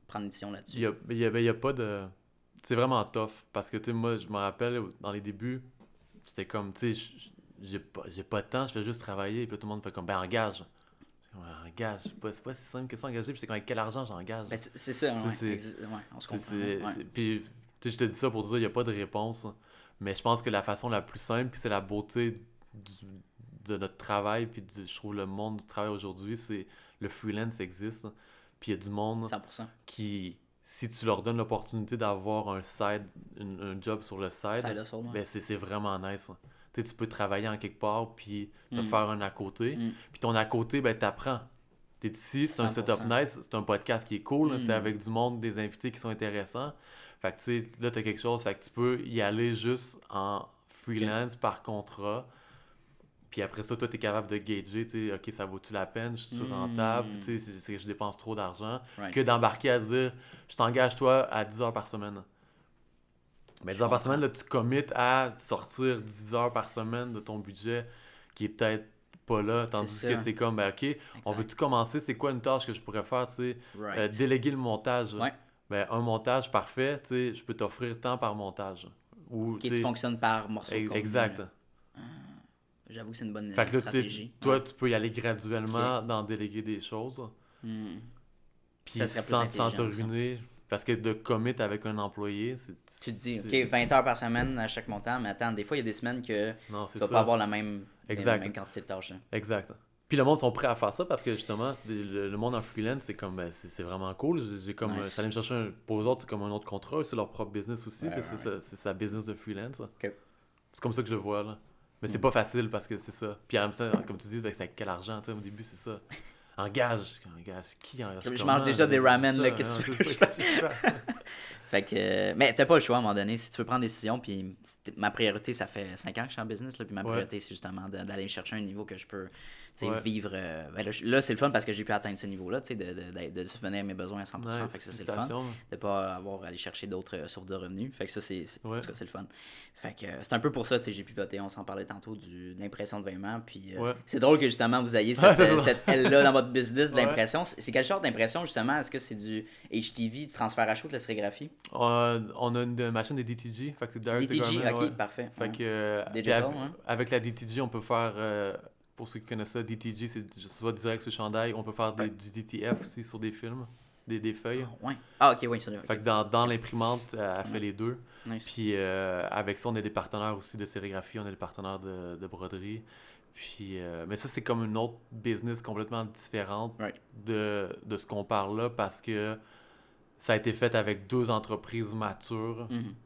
prendre une décision là-dessus. Il y a pas de... C'est vraiment tough. Parce que, tu sais, moi, je me rappelle, dans les débuts, c'était comme, tu sais, j'ai pas de temps, je fais juste travailler. Puis là, tout le monde fait comme, ben, engage. Engage. C'est pas si simple que ça, engager. Puis c'est comme, avec quel argent j'engage? Ben, c'est ça, ouais. On se comprend. Ouais. Puis, tu sais, je te dis ça pour te dire, il n'y a pas de réponse. Mais je pense que la façon la plus simple, puis c'est la beauté de notre travail, puis je trouve le monde du travail aujourd'hui, c'est le freelance existe. Puis il y a du monde 100%. qui, si tu leur donnes l'opportunité d'avoir un side, un job sur le side, ben c'est vraiment nice. Tu sais, tu peux travailler en quelque part, puis te faire un à côté. Puis ton à côté, ben t'apprends. T'es ici, c'est un setup nice, c'est un podcast qui est cool, c'est avec du monde, des invités qui sont intéressants. Fait que tu sais, là t'as quelque chose, fait que tu peux y aller juste en freelance par contrat. Puis après ça, toi, t'es capable de gager, tu sais, OK, ça vaut-tu la peine? Je suis rentable? Tu sais, c'est que je dépense trop d'argent. Que d'embarquer à dire, je t'engage, toi, à 10 heures par semaine. Mais 10 heures par semaine, là, tu commits à sortir 10 heures par semaine de ton budget qui est peut-être pas là. Tandis que c'est comme, ben, OK, on veut-tu commencer? C'est quoi une tâche que je pourrais faire, tu sais? Déléguer le montage. Ben, un montage parfait, tu sais, je peux t'offrir tant par montage. Ou, qui fonctionne par morceau de contenu. Exact. J'avoue que c'est une bonne fait que là, stratégie. Toi, tu peux y aller graduellement dans déléguer des choses. Puis sans te ruiner. Parce que de commit avec un employé, tu te dis, OK, 20 heures par semaine à chaque montant, mais attends, des fois, il y a des semaines que tu vas pas avoir la même quantité de tâches. Exact. Puis le monde sont prêts à faire ça parce que justement, le monde en freelance, c'est comme c'est vraiment cool. J'ai comme ça allait me chercher pour eux autres, c'est comme un autre contrat, c'est leur propre business aussi. C'est sa business de freelance. Okay. C'est comme ça que je le vois là. Mais c'est pas facile parce que c'est ça. Puis en même temps, comme tu dis, c'est avec quel argent, tu sais, au début, c'est ça. Engage qui engage? Je mange déjà des ramen, là, qu'est-ce que tu veux? Fait que, mais t'as pas le choix à un moment donné, si tu veux prendre des décisions, puis ma priorité, ça fait 5 ans que je suis en business, là, puis ma priorité, c'est justement d'aller chercher un niveau que je peux vivre. Ben là, c'est le fun parce que j'ai pu atteindre ce niveau-là, de subvenir à mes besoins à 100%, fait que ça, c'est le fun. De pas avoir à aller chercher d'autres sources de revenus, fait que ça, en tout cas, c'est le fun. Fait que c'est un peu pour ça, j'ai pivoté, on s'en parlait tantôt, de l'impression de vêtements, puis c'est drôle que justement, vous ayez cette aile-là dans votre business d'impression. C'est quelle sorte d'impression, justement? Est-ce que c'est du HTV, du transfert à chaud, de la sérigraphie? On a une machine de DTG, fait que c'est direct DTG, ok, parfait. Fait que avec la DTG, on peut faire, pour ceux qui connaissent ça, DTG, c'est soit direct sur le chandail, on peut faire du DTF aussi sur des films, des feuilles. Ok, oui, c'est vrai. Fait que dans l'imprimante, elle fait les deux. Nice. Puis avec ça, on a des partenaires aussi de sérigraphie, on a des partenaires de broderie. Puis, mais ça, c'est comme une autre business complètement différente de ce qu'on parle là, parce que ça a été fait avec 2 entreprises matures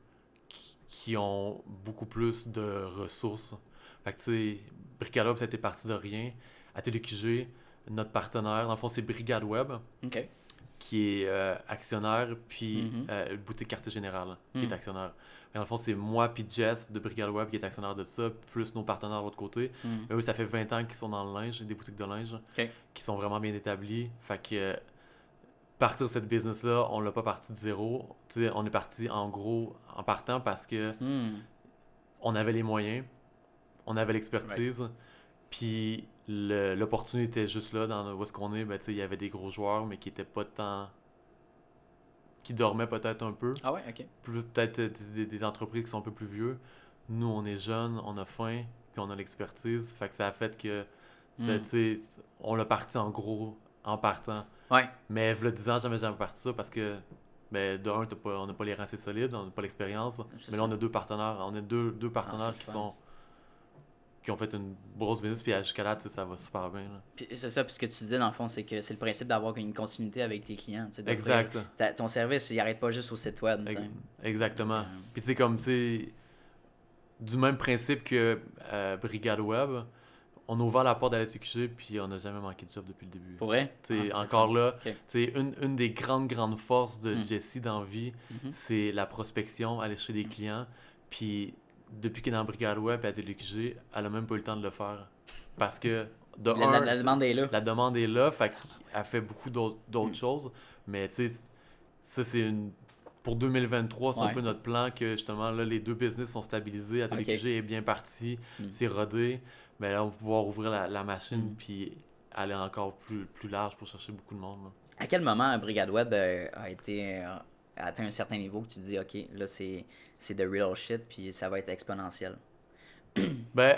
qui ont beaucoup plus de ressources. Fait que, tu sais, Bricalob, ça a été parti de rien. Atelier QG, notre partenaire, dans le fond, c'est Brigade Web, qui est actionnaire, puis Boutique Quartier Général, qui est actionnaire. Dans le fond, c'est moi puis Jess de Brigade Web qui est actionnaire de ça, plus nos partenaires de l'autre côté. Mais eux, ça fait 20 ans qu'ils sont dans le linge, des boutiques de linge, qui sont vraiment bien établies. Fait que partir de cette business-là, on l'a pas parti de zéro. T'sais, on est parti en gros en partant parce que on avait les moyens, on avait l'expertise, puis l'opportunité était juste là dans où est-ce qu'on est. Ben, il y avait des gros joueurs, mais qui étaient pas tant... qui dormaient peut-être un peu. Ah ouais, ok. Peut-être des entreprises qui sont un peu plus vieux. Nous, on est jeunes, on a faim, puis on a l'expertise. Fait que ça a fait que on l'a parti en gros en partant. Mais le 10 ans, jamais parti ça parce que de un, on n'a pas les reins assez solides, on n'a pas l'expérience. Mais là, on a 2 partenaires. On a deux partenaires qui ont fait une grosse business, puis jusqu'à là, ça va super bien. Là. Puis c'est ça, puis ce que tu disais, dans le fond, c'est que c'est le principe d'avoir une continuité avec tes clients. Exact. Ton service, il n'arrête pas juste au site web. Exactement. Puis c'est comme, du même principe que Brigade Web, on a ouvert la porte à la TQG, puis on n'a jamais manqué de job depuis le début. Pour vrai? Encore là, une des grandes forces de Jesse dans la vie, c'est la prospection, aller chercher des clients, puis depuis qu'elle est dans Brigade Web et à TQG, elle a même pas eu le temps de le faire. Parce que, la demande est là. La demande est là, fait qu'elle fait beaucoup d'autres choses, mais tu sais, ça c'est pour 2023, c'est un peu notre plan que justement, là, les 2 business sont stabilisés, Atelier QG est bien parti, c'est rodé. Mais là, on va pouvoir ouvrir la machine puis aller encore plus large pour chercher beaucoup de monde. Là. À quel moment Brigade Web a atteint un certain niveau que tu dis, OK, là, c'est the real shit, puis ça va être exponentiel? Ben,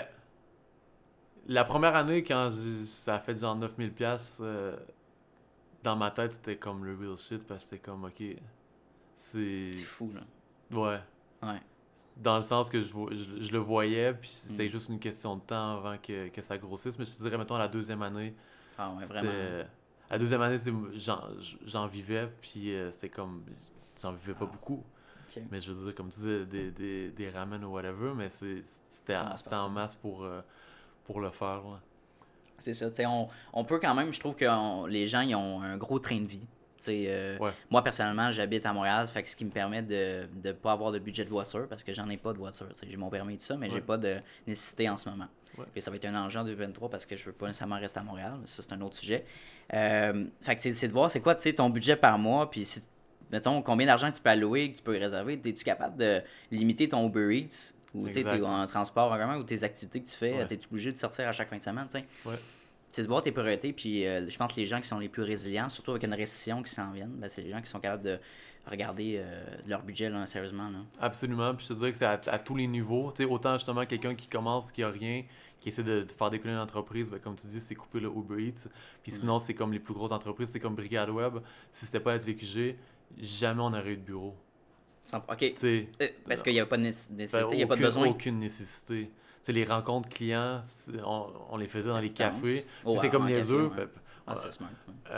la première année, quand ça a fait genre 9000$, dans ma tête, c'était comme le real shit, parce que c'était comme, ok, c'est fou, là. Ouais. Ouais. Dans le sens que je le voyais, puis c'était juste une question de temps avant que ça grossisse. Mais je te dirais, mettons, la deuxième année, Ah ouais, vraiment. la deuxième année, j'en vivais, puis c'était comme, j'en vivais pas beaucoup. Ok. Mais je veux dire, comme tu disais, des ramen ou whatever, mais c'était en masse pour le faire. Ouais. C'est ça, tu sais, on peut quand même, je trouve que les gens, ils ont un gros train de vie. Ouais. Moi, personnellement, j'habite à Montréal, fait que ce qui me permet de ne pas avoir de budget de voiture, parce que j'en ai pas de voiture. J'ai mon permis et tout ça, mais j'ai pas de nécessité en ce moment. Ouais. Puis ça va être un enjeu en 2023 parce que je veux pas nécessairement rester à Montréal. Ça, c'est un autre sujet. Fait que c'est de voir c'est quoi ton budget par mois, puis mettons, combien d'argent tu peux allouer, que tu peux réserver. Es-tu capable de limiter ton Uber Eats ou t'es en transport en commun ou tes activités que tu fais, t'es-tu obligé de sortir à chaque fin de semaine, tu sais? Ouais. C'est de voir tes priorités, puis je pense que les gens qui sont les plus résilients, surtout avec une récession qui s'en vient, ben, c'est les gens qui sont capables de regarder leur budget là, sérieusement. Là. Absolument, puis je te dirais que c'est à tous les niveaux. Tu sais, autant justement quelqu'un qui commence, qui a rien, qui essaie de faire décoller une entreprise, ben, comme tu dis, c'est couper le Uber Eats. Puis sinon, c'est comme les plus grosses entreprises, c'est comme Brigade Web. Si c'était pas la TQG, jamais on aurait eu de bureau. OK. Parce qu'il n'y a pas de nécessité, il n'y a pas de besoin. Aucune nécessité. T'sais, les rencontres clients, on les faisait dans les cafés. Oh, c'est comme les œufs. C'est smart.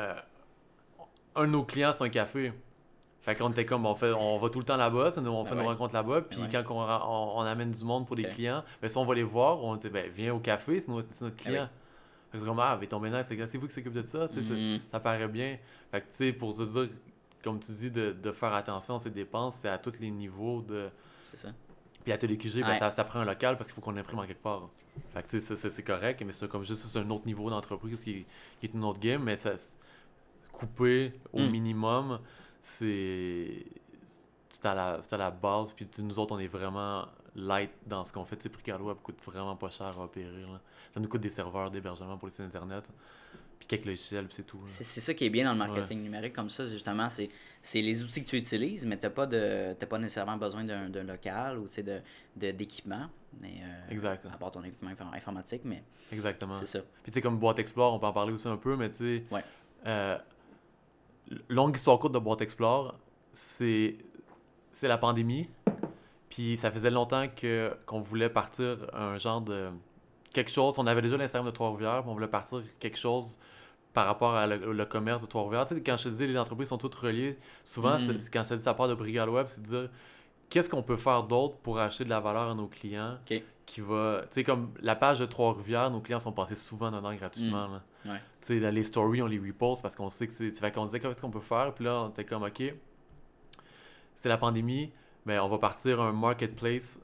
Un de nos clients, c'est un café. Fait qu'on était comme, on va tout le temps là-bas, on fait nos rencontres là-bas, puis quand on amène du monde pour des clients, ben, si on va les voir, on dit, ben, viens au café, c'est notre client. Fait que c'est comme, mais ton ménage, c'est vous qui s'occupe de ça, ça paraît bien. Fait que, tu sais, pour te dire, comme tu dis, de faire attention à ces dépenses, c'est à tous les niveaux de... C'est ça. Puis à TQG, ben, ça prend un local parce qu'il faut qu'on imprime en quelque part. Fait que, tu sais, c'est correct, mais c'est comme juste c'est un autre niveau d'entreprise qui est une autre game, mais ça couper au minimum, c'est à la base. Puis nous autres, on est vraiment light dans ce qu'on fait. Tu sais, Brigade Web coûte vraiment pas cher à opérer. Là. Ça nous coûte des serveurs d'hébergement pour les sites internet. Puis quelques logiciels, puis c'est tout. C'est ça qui est bien dans le marketing numérique comme ça, justement, c'est les outils que tu utilises, mais t'as pas nécessairement besoin d'un local ou d'équipement. Exact. À part ton équipement informatique, mais exactement. C'est ça. Puis tu sais, comme Boîte Explore, on peut en parler aussi un peu, mais tu sais, longue histoire courte de Boîte Explore, c'est la pandémie. Puis ça faisait longtemps qu'on voulait partir un genre de... quelque chose, on avait déjà l'Instagram de Trois-Rivières, puis on voulait partir quelque chose par rapport à le commerce de Trois-Rivières. Tu sais, quand je te dis les entreprises sont toutes reliées, souvent, c'est, quand je te dis ça part de Brigade Web, c'est de dire qu'est-ce qu'on peut faire d'autre pour acheter de la valeur à nos clients qui va... Tu sais, comme la page de Trois-Rivières, nos clients sont passés souvent dedans gratuitement. Là. Ouais. Tu sais, dans les stories, on les reposte parce qu'on sait que c'est... Fait qu'on disait qu'est-ce qu'on peut faire, puis là, on était comme, OK, c'est la pandémie, mais on va partir un marketplace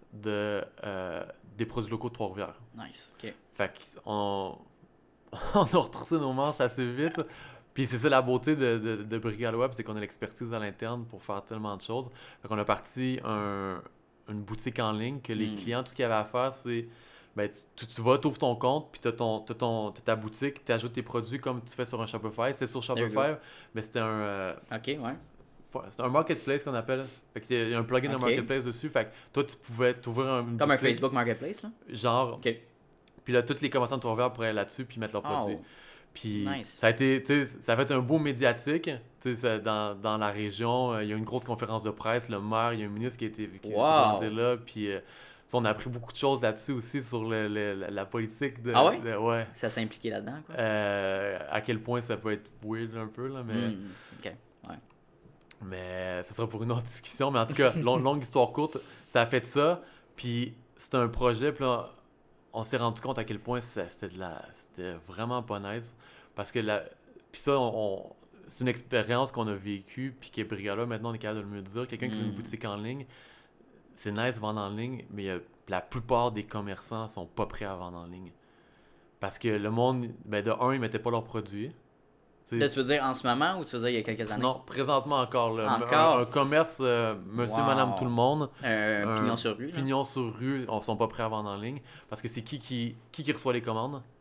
des produits locaux de Trois-Rivières. Nice, OK. Fait qu'on on a retroussé nos manches assez vite. Puis c'est ça la beauté de Brigade Web, c'est qu'on a l'expertise à l'interne pour faire tellement de choses. Fait qu'on a parti une boutique en ligne que les clients, tout ce qu'il y avait à faire, c'est ben, tu vas, tu ouvres ton compte, puis t'as ta boutique, tu ajoutes tes produits comme tu fais sur un Shopify. C'est sur Shopify, mais c'était un... OK, ouais. C'est un marketplace qu'on appelle. Fait qu'il y a un plugin de marketplace dessus. Fait que toi, tu pouvais t'ouvrir une comme boutique, un Facebook Marketplace, là? Genre. OK. Puis là, tous les commerçants de Trois-Rivières pourraient aller là-dessus puis mettre leurs produits. Puis nice. ça a été, tu sais, ça a fait un beau médiatique. Tu sais, dans la région, il y a eu une grosse conférence de presse. Le maire, il y a un ministre qui était présenté là. Puis on a appris beaucoup de choses là-dessus aussi sur la politique de... Ah ouais? Ouais. Ça s'est impliqué là-dedans, quoi? À quel point ça peut être weird un peu, là, mais... OK, ouais. Mais ça sera pour une autre discussion. Mais en tout cas, longue histoire courte, ça a fait ça. Puis c'était un projet, puis là, on s'est rendu compte à quel point c'était vraiment pas nice. Parce que puis ça, c'est une expérience qu'on a vécue, puis que Brigade Web, maintenant, on est capable de le mieux dire. Quelqu'un qui a une boutique en ligne, c'est nice de vendre en ligne, mais la plupart des commerçants sont pas prêts à vendre en ligne. Parce que le monde, ben de un, ils mettaient pas leurs produits. Là, tu veux dire en ce moment ou tu veux dire il y a quelques années? Non, présentement encore. Là. Encore? Un commerce, monsieur, madame, tout le monde. Pignon sur rue. Pignon sur rue, on sont pas prêts à vendre en ligne. Parce que c'est qui reçoit les commandes?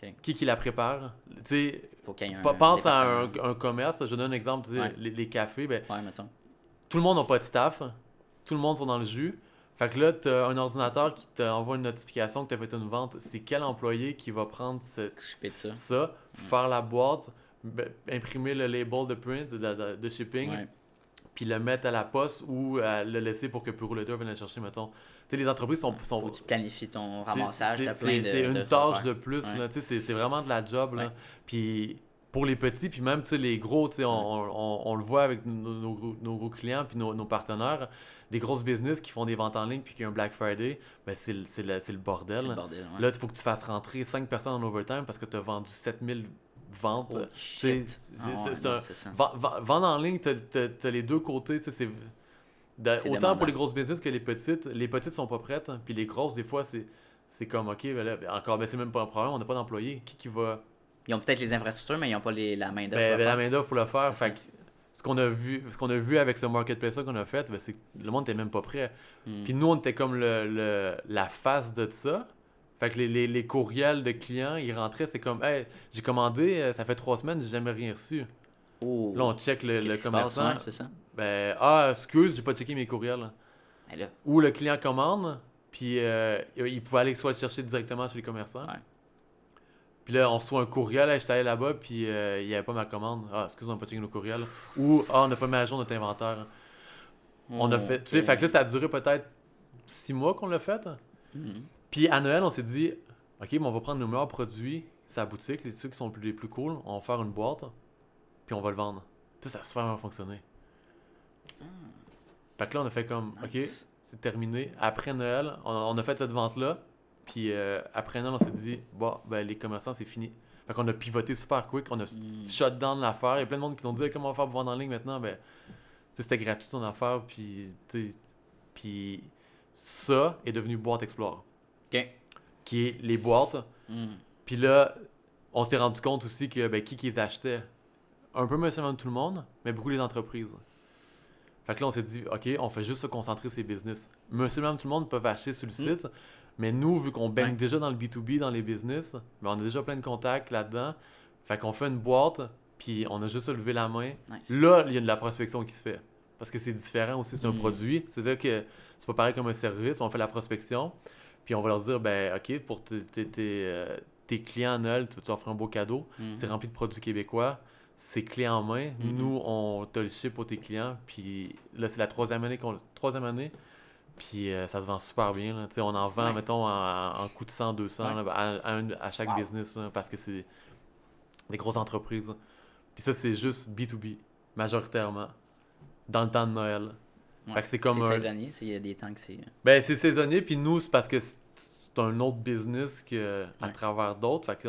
Ok. Qui la prépare. Tu sais, Faut qu'il y ait pense à département. un commerce. Je donne un exemple. Tu sais, Ouais. les cafés, ben, Ouais, mettons. tout le monde n'a pas de staff. Tout le monde sont dans le jus. Fait que là, tu as un ordinateur qui t'envoie une notification que tu as fait une vente. C'est quel employé qui va prendre Je fais de ça. faire la boîte, imprimer le label de print, de shipping, Ouais. puis le mettre à la poste ou le laisser pour que Puro Letter vienne le chercher, mettons. Tu sais, les entreprises sont... Faut que tu planifies ton c'est- ramassage, t'as plein de... c'est une de tâche affaires. de plus, Ouais. là, tu sais, c'est vraiment de la job, là. Ouais. Puis pour les petits, puis même, tu sais, les gros, tu sais, on le voit avec nos gros clients puis nos partenaires, des grosses business qui font des ventes en ligne puis qui ont un Black Friday, ben c'est le bordel. C'est le bordel, ouais. Là, il faut que tu fasses rentrer 5 personnes en overtime parce que tu as vendu 7000 ventes. Holy Tu sais, shit. Ah ouais, c'est un... c'est ça. Vendre en ligne, t'as les deux côtés, tu sais, c'est... C'est autant demandant. pour les grosses business que les petites sont pas prêtes, hein, puis les grosses, des fois, c'est comme, ok, ben là, encore, ben c'est même pas un problème, on n'a pas d'employé, qui va... Ils ont peut-être les infrastructures, mais ils n'ont pas la main-d'œuvre. Ben, pour le la faire. main-d'œuvre pour le faire. C'est Fait que ce qu'on a vu avec ce marketplace-là qu'on a fait, ben, c'est que le monde n'était même pas prêt. Hmm. Puis nous, on était comme la face de ça. Fait que les courriels de clients, ils rentraient, c'est comme, hey, j'ai commandé, ça fait 3 semaines, j'ai jamais rien reçu. Oh. Là, on check le Qu'est-ce qui se commerçant. passe, ouais, c'est ça. Ben, excuse, j'ai pas checké mes courriels. Mais là, Ou le client commande, puis il pouvait aller soit le chercher directement chez les commerçants. Ouais. Puis là, on reçoit un courriel, hey, j'étais allé là-bas, puis il n'y avait pas ma commande. Excuse, on n'a pas checké nos courriels. Ou, on n'a pas mis à jour notre inventaire. On a fait, tu sais, fait que là, ça a duré peut-être 6 mois qu'on l'a fait. Mhm. Puis à Noël, on s'est dit, OK, mais on va prendre nos meilleurs produits, sa boutique, ceux qui sont les plus cool, on va faire une boîte, puis on va le vendre. Puis ça a super bien fonctionné. Fait que là, on a fait comme, OK, Nice. c'est terminé. Après Noël, on a fait cette vente-là, puis après Noël, on s'est dit, bon, ben les commerçants, c'est fini. Fait qu'on a pivoté super quick, on a shut down l'affaire. Il y a plein de monde qui nous ont dit, hey, comment on va faire pour vendre en ligne maintenant? Ben, tu sais, c'était gratuit ton affaire, puis, tu sais, puis ça est devenu Boîte Explore, OK. qui est les boîtes. Hmm. Puis là, on s'est rendu compte aussi que ben, qui les achetait. Un peu monsieur tout le monde, mais beaucoup les entreprises. Fait que là, on s'est dit, OK, on fait juste se concentrer sur les business. Monsieur tout le monde peuvent acheter sur le site, mais nous, vu qu'on baigne Ouais. déjà dans le B2B, dans les business, ben, on a déjà plein de contacts là-dedans. Fait qu'on fait une boîte, puis on a juste à lever la main. Nice. Là, il y a de la prospection qui se fait. Parce que c'est différent aussi, c'est un Mm. produit. C'est-à-dire que c'est pas pareil comme un service, on fait la prospection, puis on va leur dire, ben OK, pour tes clients à Noël, tu vas te offrir un beau cadeau. Mhm. C'est rempli de produits québécois. C'est clé en main. Mhm. Nous, on te le ship pour tes clients. Puis là, c'est la troisième année. Puis ça se vend super bien. Là. Tu sais, on en vend, Ouais. mettons, en coût de 100, 200 Ouais. là, à chaque Wow. business. Là, parce que c'est des grosses entreprises. Là. Puis ça, c'est juste B2B, majoritairement. Dans le temps de Noël. Ouais. Fait que c'est comme C'est un- saisonnier, il y a des temps que c'est... Ben, c'est saisonnier, puis nous, c'est parce que c'est un autre business à Ouais. travers d'autres. Fait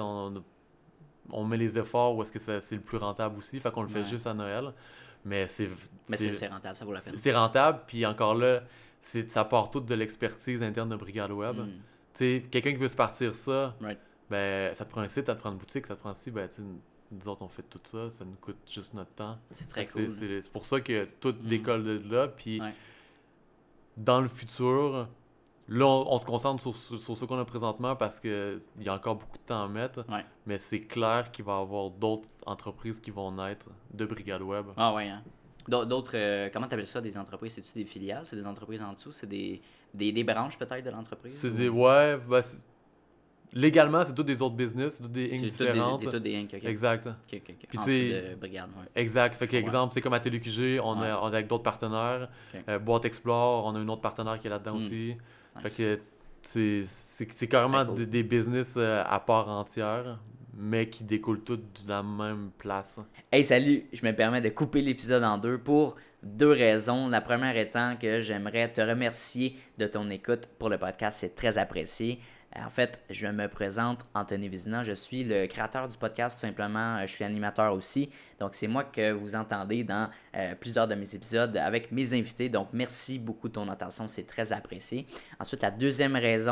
on met les efforts où est-ce que c'est le plus rentable aussi. Fait qu'on le fait Ouais. juste à Noël. Mais c'est rentable, ça vaut la peine. c'est rentable, puis encore là, ça part tout de l'expertise interne de Brigade Web. Mm. Tu sais, quelqu'un qui veut se partir ça, Right. ben, ça te prend un site, ça te prend une boutique, ça te prend ci, ben, tu sais, nous autres, on fait tout ça, ça nous coûte juste notre temps. C'est très Fait que cool. c'est pour ça que tout décolle de là, puis Ouais. dans le futur, là, on se concentre sur ce qu'on a présentement parce qu'il y a encore beaucoup de temps à mettre, Ouais. mais c'est clair qu'il va y avoir d'autres entreprises qui vont naître de Brigade Web. Ah ouais, hein. D'autres, comment tu appelles ça, des entreprises? C'est-tu des filiales? C'est des entreprises en dessous? C'est des branches peut-être de l'entreprise? C'est ou- des... Ouais, ben, légalement, c'est tous des autres business, c'est toutes des inc C'est différentes. toutes des inc, ok. Exact. Ok. Puis En tu sais- dessous de brigade, ouais. Exact. Fait Ouais. qu'exemple, c'est comme à TéléQG, on Ouais. est avec d'autres partenaires. Ok. Boîte Explore, on a un autre partenaire qui est là-dedans Mm. aussi. Fait Nice. que c'est carrément Très cool. des business à part entière, mais qui découlent toutes de la même place. Hey, salut! Je me permets de couper l'épisode en deux pour deux raisons. La première étant que j'aimerais te remercier de ton écoute pour le podcast. C'est très apprécié. En fait, je me présente Anthony Vézina. Je suis le créateur du podcast, tout simplement. Je suis animateur aussi. Donc, c'est moi que vous entendez dans plusieurs de mes épisodes avec mes invités. Donc, merci beaucoup de ton attention. C'est très apprécié. Ensuite, la deuxième raison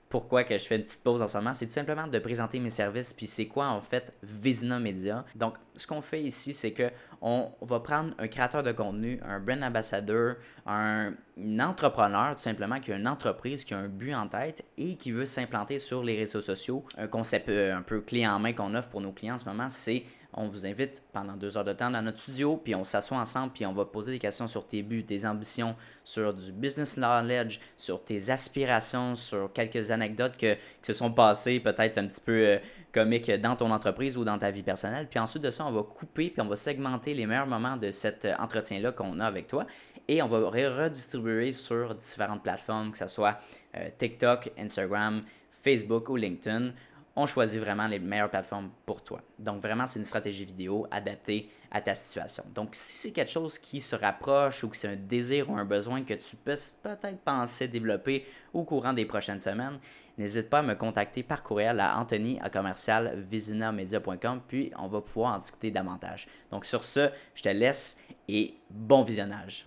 pourquoi que je fais une petite pause en ce moment, c'est tout simplement de présenter mes services, puis c'est quoi en fait Vizina Media. Donc, ce qu'on fait ici, c'est que on va prendre un créateur de contenu, un brand ambassadeur, un entrepreneur tout simplement qui a une entreprise, qui a un but en tête et qui veut s'implanter sur les réseaux sociaux. Un concept un peu clé en main qu'on offre pour nos clients en ce moment, c'est on vous invite pendant 2 heures de temps dans notre studio, puis on s'assoit ensemble, puis on va poser des questions sur tes buts, tes ambitions, sur du business knowledge, sur tes aspirations, sur quelques anecdotes qui se sont passées peut-être un petit peu comiques dans ton entreprise ou dans ta vie personnelle. Puis ensuite de ça, on va couper, puis on va segmenter les meilleurs moments de cet entretien-là qu'on a avec toi. Et on va redistribuer sur différentes plateformes, que ce soit TikTok, Instagram, Facebook ou LinkedIn. On choisit vraiment les meilleures plateformes pour toi. Donc, vraiment, c'est une stratégie vidéo adaptée à ta situation. Donc, si c'est quelque chose qui se rapproche ou que c'est un désir ou un besoin que tu peux peut-être penser développer au courant des prochaines semaines, n'hésite pas à me contacter par courriel à anthony@vizinamedia.com, puis on va pouvoir en discuter davantage. Donc, sur ce, je te laisse et bon visionnage.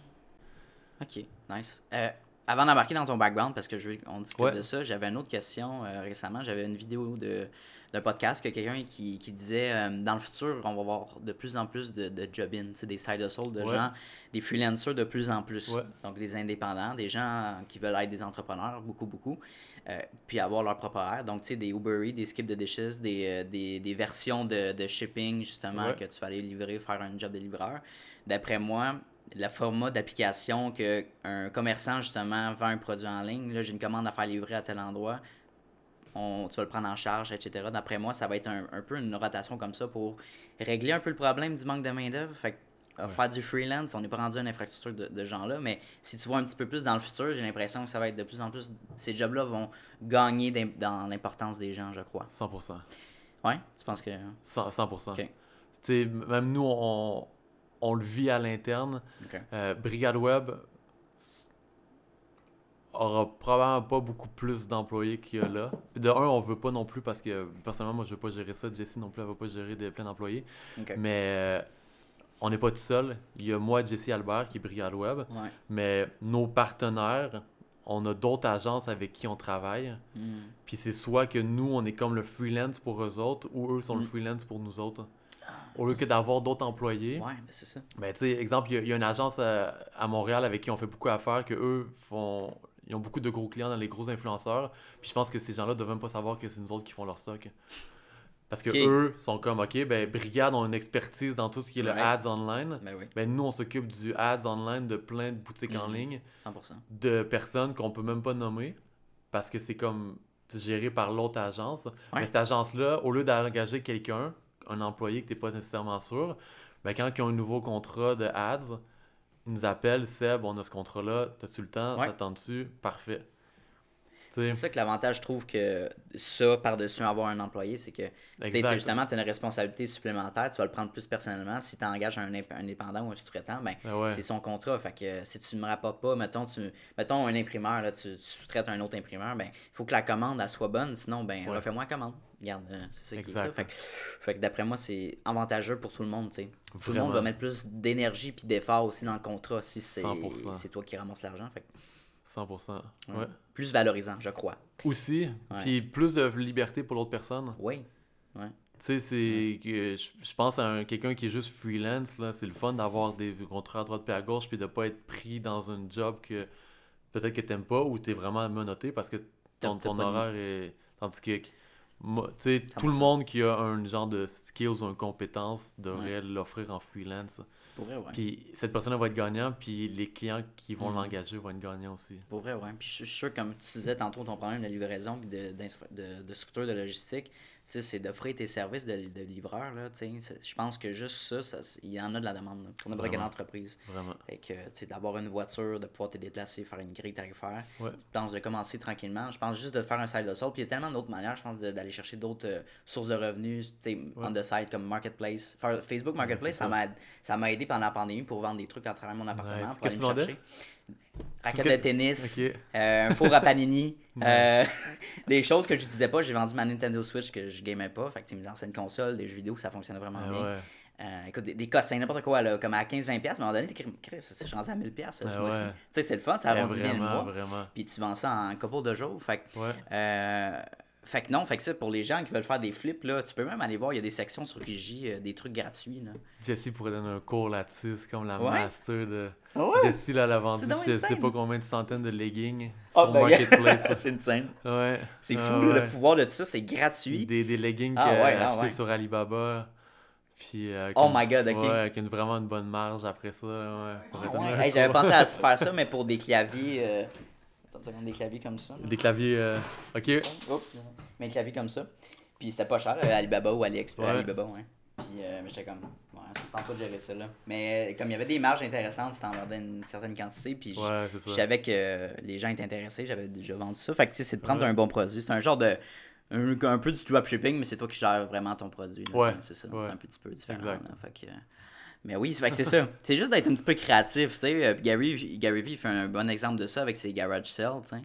OK, nice. Avant d'embarquer dans ton background, parce que je veux qu'on discute de ça, j'avais une autre question récemment. J'avais une vidéo d'un podcast que quelqu'un qui disait dans le futur, on va avoir de plus en plus de job-in, des side hustles, de gens, des freelancers de plus en plus. Donc des indépendants, des gens qui veulent être des entrepreneurs, beaucoup. Puis avoir leur propre horaire. Donc, tu sais, des Uber Eats, des Skip the Dishes, des versions de shipping, justement, que tu vas aller livrer, faire un job de livreur. D'après moi, le format d'application qu'un commerçant, justement, vend un produit en ligne, là, j'ai une commande à faire livrer à tel endroit, tu vas le prendre en charge, etc. D'après moi, ça va être un peu une rotation comme ça pour régler un peu le problème du manque de main-d'œuvre. Fait que faire du freelance, on n'est pas rendu à une infrastructure de gens-là, mais si tu vois un petit peu plus dans le futur, j'ai l'impression que ça va être de plus en plus, ces jobs-là vont gagner dans l'importance des gens, je crois. 100%. Ouais, tu penses que... 100%. Okay. Tu sais, même nous, on le vit à l'interne. Okay. Brigade Web aura probablement pas beaucoup plus d'employés qu'il y a là. Puis de un, on veut pas non plus parce que personnellement, moi, je veux pas gérer ça. Jessie non plus, elle va pas gérer plein d'employés. Okay. Mais on n'est pas tout seul. Il y a moi, Jessie Albert, qui est Brigade Web. Ouais. Mais nos partenaires, on a d'autres agences avec qui on travaille. Puis c'est soit que nous, on est comme le freelance pour eux autres, ou eux sont le freelance pour nous autres. Au lieu que d'avoir d'autres employés. Ouais, ben c'est ça. Ben, tu sais, exemple, il y a une agence à Montréal avec qui on fait beaucoup d'affaires, que eux ils ont beaucoup de gros clients dans les gros influenceurs. Puis je pense que ces gens-là doivent même pas savoir que c'est nous autres qui font leur stock. Parce que eux sont comme, OK, ben, Brigade ont une expertise dans tout ce qui est le ads online. Ben oui. Ben, nous, on s'occupe du ads online de plein de boutiques en ligne. 100%. De personnes qu'on peut même pas nommer. Parce que c'est comme géré par l'autre agence. Mais cette agence-là, au lieu d'engager quelqu'un, un employé que tu n'es pas nécessairement sûr, ben quand ils ont un nouveau contrat de ads, ils nous appellent, Seb, on a ce contrat-là, t'as-tu le temps, t'attends-tu? Parfait. C'est ça que l'avantage, je trouve, que ça, par-dessus avoir un employé, c'est que justement, tu as une responsabilité supplémentaire, tu vas le prendre plus personnellement. Si tu engages un indépendant ou un sous-traitant, ben c'est son contrat. Fait que si tu ne me rapportes pas, mettons un imprimeur, là, tu sous-traites un autre imprimeur, ben il faut que la commande elle soit bonne, sinon refais-moi la commande. Regarde, c'est ça qui est ça. Fait que d'après moi, c'est avantageux pour tout le monde. T'sais. Tout le monde va mettre plus d'énergie et d'effort aussi dans le contrat si c'est toi qui ramasses l'argent. Fait que, 100%. Ouais. Plus valorisant, je crois. Aussi. Puis plus de liberté pour l'autre personne. Oui. Ouais. Tu sais, c'est que je pense à quelqu'un qui est juste freelance, là, c'est le fun d'avoir des contrats à droite et à gauche puis de pas être pris dans un job que peut-être que t'aimes pas ou t'es vraiment menotté parce que ton horaire est... Tandis que tu sais, tout le monde qui a un genre de skills ou une compétence devrait l'offrir en freelance. Pour vrai, ouais. Puis cette personne va être gagnant, puis les clients qui vont l'engager vont être gagnants aussi. Pour vrai, ouais. Puis je suis sûr, comme tu disais tantôt, ton problème de livraison puis de structure de logistique, c'est d'offrir tes services de livreur. Là, je pense que juste ça il y en a de la demande là, pour n'importe quelle entreprise. Vraiment. Et que d'avoir une voiture, de pouvoir te déplacer, faire une grille tarifaire. Je pense de commencer tranquillement. Je pense juste de faire un side hustle. Puis il y a tellement d'autres manières, je pense, d'aller chercher d'autres sources de revenus on the side comme Marketplace. Facebook Marketplace, ça m'a aidé pendant la pandémie pour vendre des trucs à travers mon appartement. Pour aller me chercher. Raquette de tennis, un four à panini, des choses que je n'utilisais pas. J'ai vendu ma Nintendo Switch que je gamais pas. Fait que mes anciennes consoles, des jeux vidéo, ça fonctionnait vraiment bien. écoute, des cossins, n'importe quoi, là, comme à 15-20$, mais à un moment donné, je suis rendu à 1000$ ce mois-ci. Tu sais, c'est le fun, ça arrondit bien le mois. Vraiment. Puis tu vends ça en couple de jours. Fait que, Ouais. fait que non, fait que ça, pour les gens qui veulent faire des flips, là, tu peux même aller voir, il y a des sections sur Kijiji, des trucs gratuits. Là. Jesse pourrait donner un cours là-dessus, c'est comme la Ouais. master de... Ah ouais? Jesse, là, elle a vendu C'est donc je sais insane. pas combien de centaines de leggings Ah, sur ben, Marketplace. c'est une scène. Ouais. C'est fou, Ah, là, ouais. le pouvoir de tout ça, c'est gratuit. Des leggings Ah, qu'elle ouais, a ah, achetés ouais. sur Alibaba. Puis, Oh my God, ok. Ouais, avec vraiment une bonne marge après ça. Ouais. Faudrait Ah, donner ouais. un Hey, j'avais cours. pensé à se faire ça, mais pour des claviers. Attends une seconde, des claviers comme ça. Des claviers. Ok. Oups. Mais des claviers comme ça. Puis c'était pas cher, Alibaba ou AliExpress. Ouais. Alibaba, ouais. Puis mais j'étais comme, ouais, je tente pas de gérer ça, là. Mais comme il y avait des marges intéressantes, si t'en vendais une certaine quantité, puis Ouais, c'est ça. je savais que les gens étaient intéressés, j'avais déjà vendu ça. Fait que tu sais, c'est de prendre Ouais. un bon produit. C'est un genre de. Un peu du dropshipping, mais c'est toi qui gères vraiment ton produit. Là, Ouais. tu sais, c'est ça. Ouais. C'est un petit peu différent. Exact. Là, fait que, mais oui, fait que c'est ça. C'est juste d'être un petit peu créatif. Tu sais. Gary Vee fait un bon exemple de ça avec ses garage sales. Tu sais.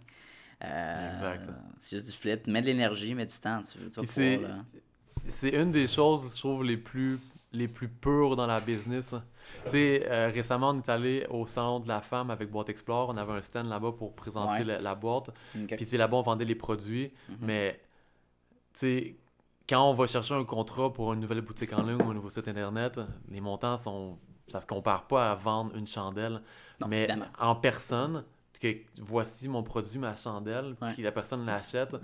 Exact. C'est juste du flip. Mets de l'énergie, mets du temps. Tu vas Puis pouvoir. Là. c'est une des choses, je trouve, les plus pures dans la business. Tu sais, récemment, on est allé au salon de la femme avec Boîte Explore. On avait un stand là-bas pour présenter Ouais. la boîte. Ok. Puis, tu sais, là-bas, on vendait les produits. Mhm. Mais, tu sais, quand on va chercher un contrat pour une nouvelle boutique en ligne ou un nouveau site Internet, les montants sont... Ça se compare pas à vendre une chandelle. Non, mais évidemment. en personne, que voici mon produit, ma chandelle, Ouais. puis la personne l'achète,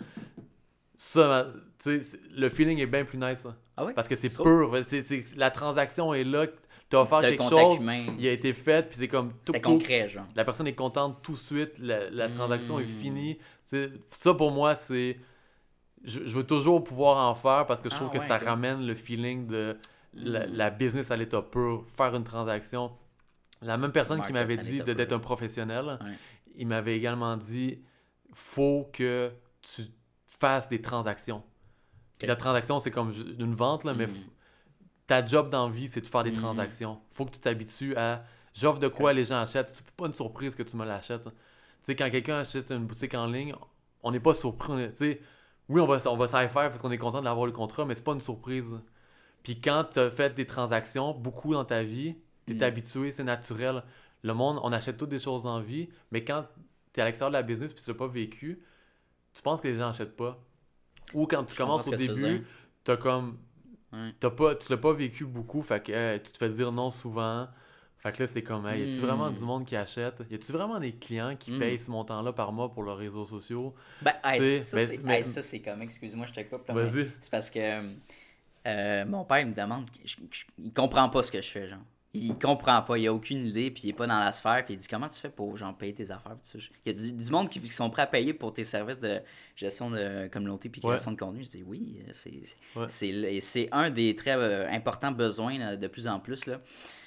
ça, tu sais, le feeling est bien plus nice. Là. Ah oui? Parce que c'est Tu pur. La transaction est là. Tu as offert T'as le quelque contact chose, humain. il a été fait, puis c'est comme tout. C'était concret, genre. La personne est contente tout de suite, la transaction est Mm. finie. T'sais, ça, pour moi, c'est... Je veux toujours pouvoir en faire parce que je Ah, trouve que ouais, ça ok. ramène le feeling de la business à l'état pur, faire une transaction. La même personne qui Market m'avait à dit l'état d'être pur. un professionnel, Ouais. il m'avait également dit faut que tu fasses des transactions. Puis la transaction, c'est comme une vente, là, mais ta job dans la vie, c'est de faire des transactions. Faut que tu t'habitues à j'offre de quoi les gens achètent. C'est pas une surprise que tu me l'achètes. Tu sais, quand quelqu'un achète une boutique en ligne, on n'est pas surpris. Tu sais, oui, on va s'en faire parce qu'on est content d'avoir le contrat, mais c'est pas une surprise. Puis quand tu as fait des transactions, beaucoup dans ta vie, tu es habitué, c'est naturel. Le monde, on achète toutes des choses dans la vie, mais quand tu es à l'extérieur de la business et tu l'as pas vécu, tu penses que les gens n'achètent pas. Ou quand tu commences au début, t'as comme... Ouais. tu l'as pas vécu beaucoup, fait que tu te fais dire non souvent. Fait que là, c'est comme, hey, y a-tu vraiment du monde qui achète? Y a-tu vraiment des clients qui payent ce montant-là par mois pour leurs réseaux sociaux? Ben, hey, T'sais, ça, c'est comme, excuse-moi, je te coupe. Là, Vas-y. mais c'est parce que mon père il me demande, il comprend pas ce que je fais, genre. Il comprend pas, il a aucune idée, puis il est pas dans la sphère, puis il dit comment tu fais pour genre payer tes affaires, pis tout ça. Il y a du monde qui sont prêts à payer pour tes services de gestion de communauté puis création de contenu. Je dis oui, c'est un des très importants besoins là, de plus en plus là.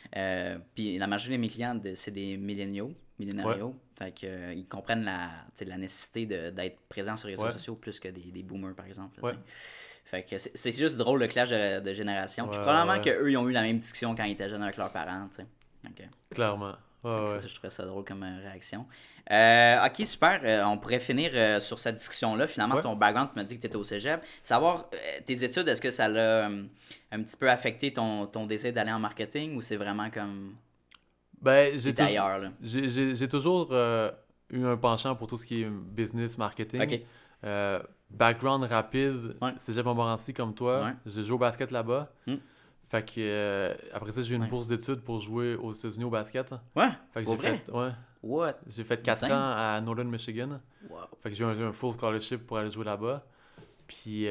Puis la majorité de mes clients c'est des millénarios. Fait que ils comprennent la nécessité d'être présent sur les réseaux sociaux plus que des boomers par exemple. Là, fait que c'est juste drôle le clash de génération. Puis probablement qu'eux, ils ont eu la même discussion quand ils étaient jeunes avec leurs parents, tu sais. Okay. Clairement. Ça, je trouvais ça drôle comme réaction. Ok, super. On pourrait finir sur cette discussion-là. Finalement, ton background, tu m'as dit que tu étais au cégep. Savoir, tes études, est-ce que ça l'a un petit peu affecté ton désir d'aller en marketing ou c'est vraiment comme... Ben, ailleurs, là? J'ai toujours eu un penchant pour tout ce qui est business, marketing. Ok. Background rapide, Cégep Montmorency comme toi. Ouais. J'ai joué au basket là-bas. Fait que après ça, j'ai eu une bourse d'études pour jouer aux États-Unis au basket. Ouais. Fait que pour vrai? What? J'ai fait 4 ans à Northern Michigan. Wow. Fait que j'ai eu un full scholarship pour aller jouer là-bas. Puis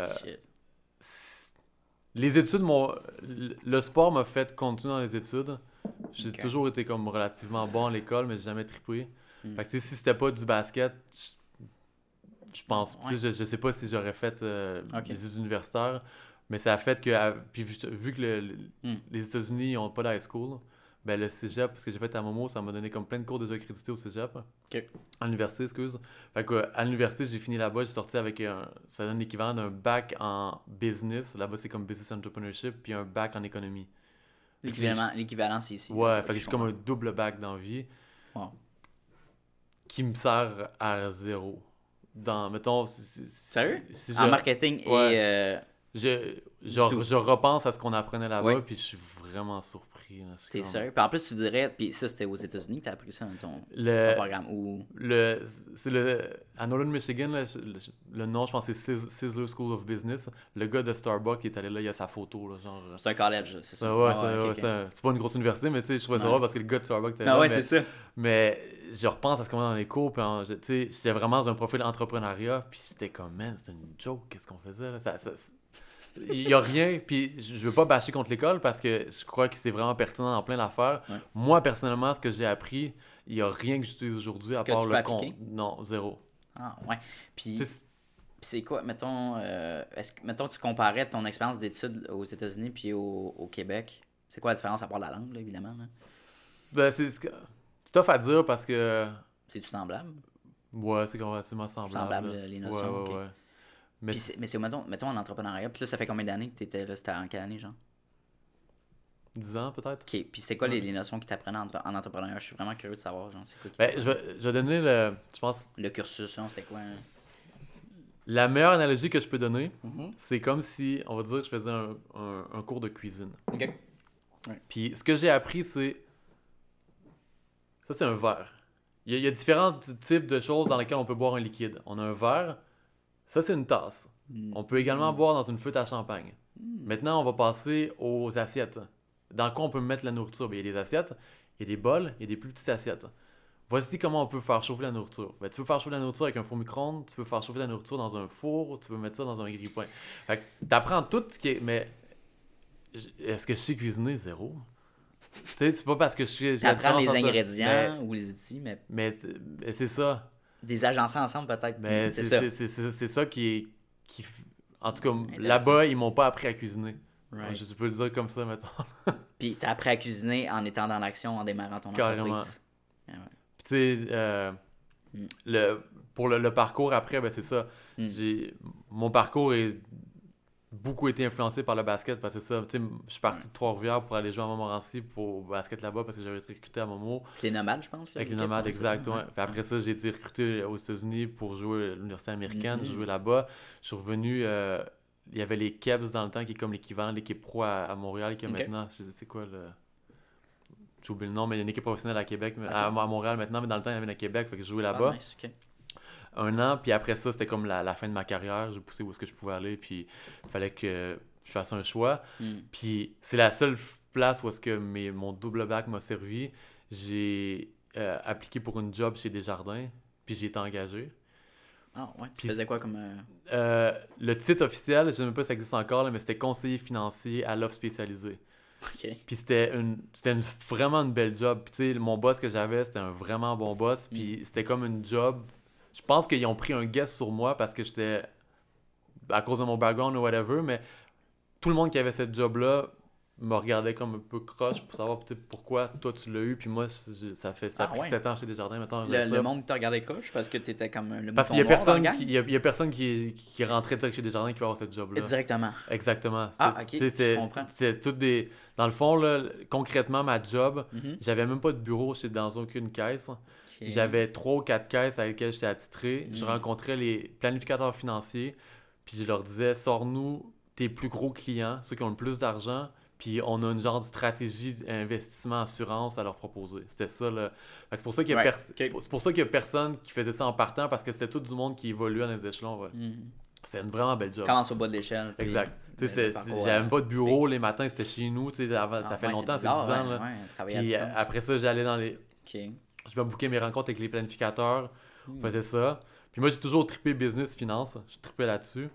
les études le sport m'a fait continuer dans les études. J'ai toujours été comme relativement bon à l'école, mais j'ai jamais trippé. Fait que si c'était pas du basket, je pense, je sais pas si j'aurais fait les études universitaires, mais ça a fait que, puis vu que les États-Unis n'ont pas d'high school, ben le cégep, parce que j'ai fait à Momo, ça m'a donné comme plein de cours déjà accrédités au cégep. À l'université, excuse. Fait que, à l'université, j'ai fini là-bas, j'ai sorti avec ça donne l'équivalent d'un bac en business. Là-bas, c'est comme business entrepreneurship, puis un bac en économie. L'équivalent, c'est ici. Ouais, fait que j'ai comme un double bac dans la vie. Wow. Qui me sert à zéro. Mettons... Sérieux? En marketing et... je repense à ce qu'on apprenait là-bas, Ouais. puis je suis vraiment surpris. Là. Je suis T'es comme- sérieux? Puis en plus, tu dirais, puis ça, c'était aux États-Unis que t'as appris ça dans ton Le, programme. Ou... c'est à Northern Michigan, là, le nom, je pense, c'est Sizzler School of Business. Le gars de Starbucks qui est allé là, il a sa photo, là, genre... C'est un college, là, c'est ça? Ouais, Ah ouais, ok, ok. c'est pas une grosse université, mais tu sais, je trouvais ça Ouais. drôle parce que le gars de Starbucks était Ah là. ouais, mais, c'est ça. mais je repense à ce qu'on a dans les cours, puis tu sais, j'étais vraiment dans un profil entrepreneuriat, puis c'était comme, man, c'était une joke, qu'est-ce qu'on faisait, là? Il y a rien, puis je veux pas bâcher contre l'école parce que je crois que c'est vraiment pertinent dans plein d'affaires. Ouais. Moi, personnellement, ce que j'ai appris, il y a rien que j'utilise aujourd'hui à Que part tu peux le appliquer? compte. Non, zéro. Ah, ouais. Puis Tu sais, c'est quoi, mettons, mettons, tu comparais ton expérience d'études aux États-Unis puis au Québec. C'est quoi la différence à part la langue, là, évidemment? Là? ben, c'est tough à dire parce que, C'est-tu semblable? ouais, c'est relativement semblable. Semblable, là. les notions, Ouais, ok. ouais. Mais Puis mais c'est, mettons, en entrepreneuriat. Puis là, ça fait combien d'années que tu étais là? C'était en quelle année, genre? 10 ans, peut-être? OK. Puis c'est quoi Ouais. les notions qui t'apprenaient en entrepreneuriat? Je suis vraiment curieux de savoir, genre, c'est quoi qui Ben, je vais donner je pense, le cursus, genre, c'était quoi? Hein? la meilleure analogie que je peux donner, Mhm. c'est comme si, on va dire que je faisais un cours de cuisine. OK. Puis ce que j'ai appris, c'est... Ça, c'est un verre. Il y a différents types de choses dans lesquelles on peut boire un liquide. On a un verre. Ça, c'est une tasse. On peut également boire dans une flûte à champagne. Maintenant, on va passer aux assiettes. Dans quoi on peut mettre la nourriture? Bien, il y a des assiettes, il y a des bols, il y a des plus petites assiettes. Voici comment on peut faire chauffer la nourriture. Ben, tu peux faire chauffer la nourriture avec un four micro-ondes, tu peux faire chauffer la nourriture dans un four, tu peux mettre ça dans un grille-pain. Fait que t'apprends tout ce qui est... Mais est-ce que je sais cuisiner? Zéro. Tu sais, c'est pas parce que j'ai la T'apprends les différence entre- ingrédients ou les outils, mais mais c'est ça. des agencés ensemble, peut-être. Mais c'est ça. c'est ça en tout cas, Intéressant. là-bas, ils m'ont pas appris à cuisiner. Right. Je peux le dire comme ça, mettons. Puis t'as appris à cuisiner en étant dans l'action, en démarrant ton Carrément. entreprise. Ah ouais. Puis tu sais, pour le parcours après, ben c'est ça. Mm. Mon parcours a beaucoup été influencé par le basket parce que c'est ça. Tu sais, je suis parti de Trois-Rivières pour aller jouer à Montmorency pour basket là-bas parce que j'avais été recruté à Montmo. C'est les nomades, je pense. Là, Avec les l'équipe, nomades, ouais, c'est ça, exact. Ouais. ouais. Puis après ça, j'ai été recruté aux États-Unis pour jouer à l'université américaine. Mhm. J'ai joué là-bas. Je suis revenu. Il y avait les Cavs dans le temps qui est comme l'équivalent de l'équipe pro à Montréal qui est Ok. maintenant. Je sais c'est quoi le. J'ai oublié le nom, mais il y a une équipe professionnelle à Québec, Ok. à Montréal maintenant, mais dans le temps, il y avait une à Québec, fait que je jouais Ah, là-bas. nice, ok. Un an, puis après ça, c'était comme la fin de ma carrière. J'ai poussé où est-ce que je pouvais aller, puis il fallait que je fasse un choix. Mm. Puis c'est la seule place où est-ce que mon double bac m'a servi. J'ai appliqué pour une job chez Desjardins, puis j'ai été engagé. Ah, ouais. Tu Puis- faisais quoi comme. Le titre officiel, je ne sais même pas si ça existe encore, là, mais c'était conseiller financier à l'offre spécialisée. Ok. Puis c'était vraiment une belle job. Puis tu sais, mon boss que j'avais, c'était un vraiment bon boss. Puis c'était comme une job. Je pense qu'ils ont pris un guess sur moi parce que j'étais à cause de mon background ou whatever, mais tout le monde qui avait cette job-là me regardait comme un peu croche pour savoir tu sais, pourquoi toi tu l'as eu. Puis moi, ça a Ah pris ouais. 7 ans chez Desjardins. Maintenant, Le monde t'a regardé croche parce que t'étais comme le parce mouton qu'il y a noir dans le personne, gang? il y a personne qui rentrait direct chez Desjardins qui va avoir cette job-là. Directement. Exactement. Ah, ok, Tu sais, je comprends. c'est toutes des... Dans le fond, là, concrètement, ma job, Mhm. j'avais même pas de bureau dans aucune caisse. Ok. J'avais 3 ou 4 caisses avec lesquelles j'étais attitré. Je Mhm. rencontrais les planificateurs financiers, puis je leur disais, sors-nous tes plus gros clients, ceux qui ont le plus d'argent, puis on a une genre de stratégie d'investissement, assurance à leur proposer. C'était ça, là. Fait que c'est pour ça qu'il y a Ouais, c'est pour ça qu'il y a personne qui faisait ça en partant, parce que c'était tout du monde qui évoluait dans les échelons. Ouais. Mhm. C'était une vraiment belle job. Commence au bas de l'échelle. puis Exact. Tu sais, le parcours, j'avais même pas de bureau typique. les matins, c'était chez nous. Tu sais, avant, ça Ah, fait ouais, longtemps, c'est bizarre, 10 ans. ouais, Là. ouais, travailler à Puis distance. après ça, j'allais dans les. Ok. Je me bouquais mes rencontres avec les planificateurs, Hmm. on faisait ça. Puis moi, j'ai toujours trippé business, finance. Je trippais là-dessus.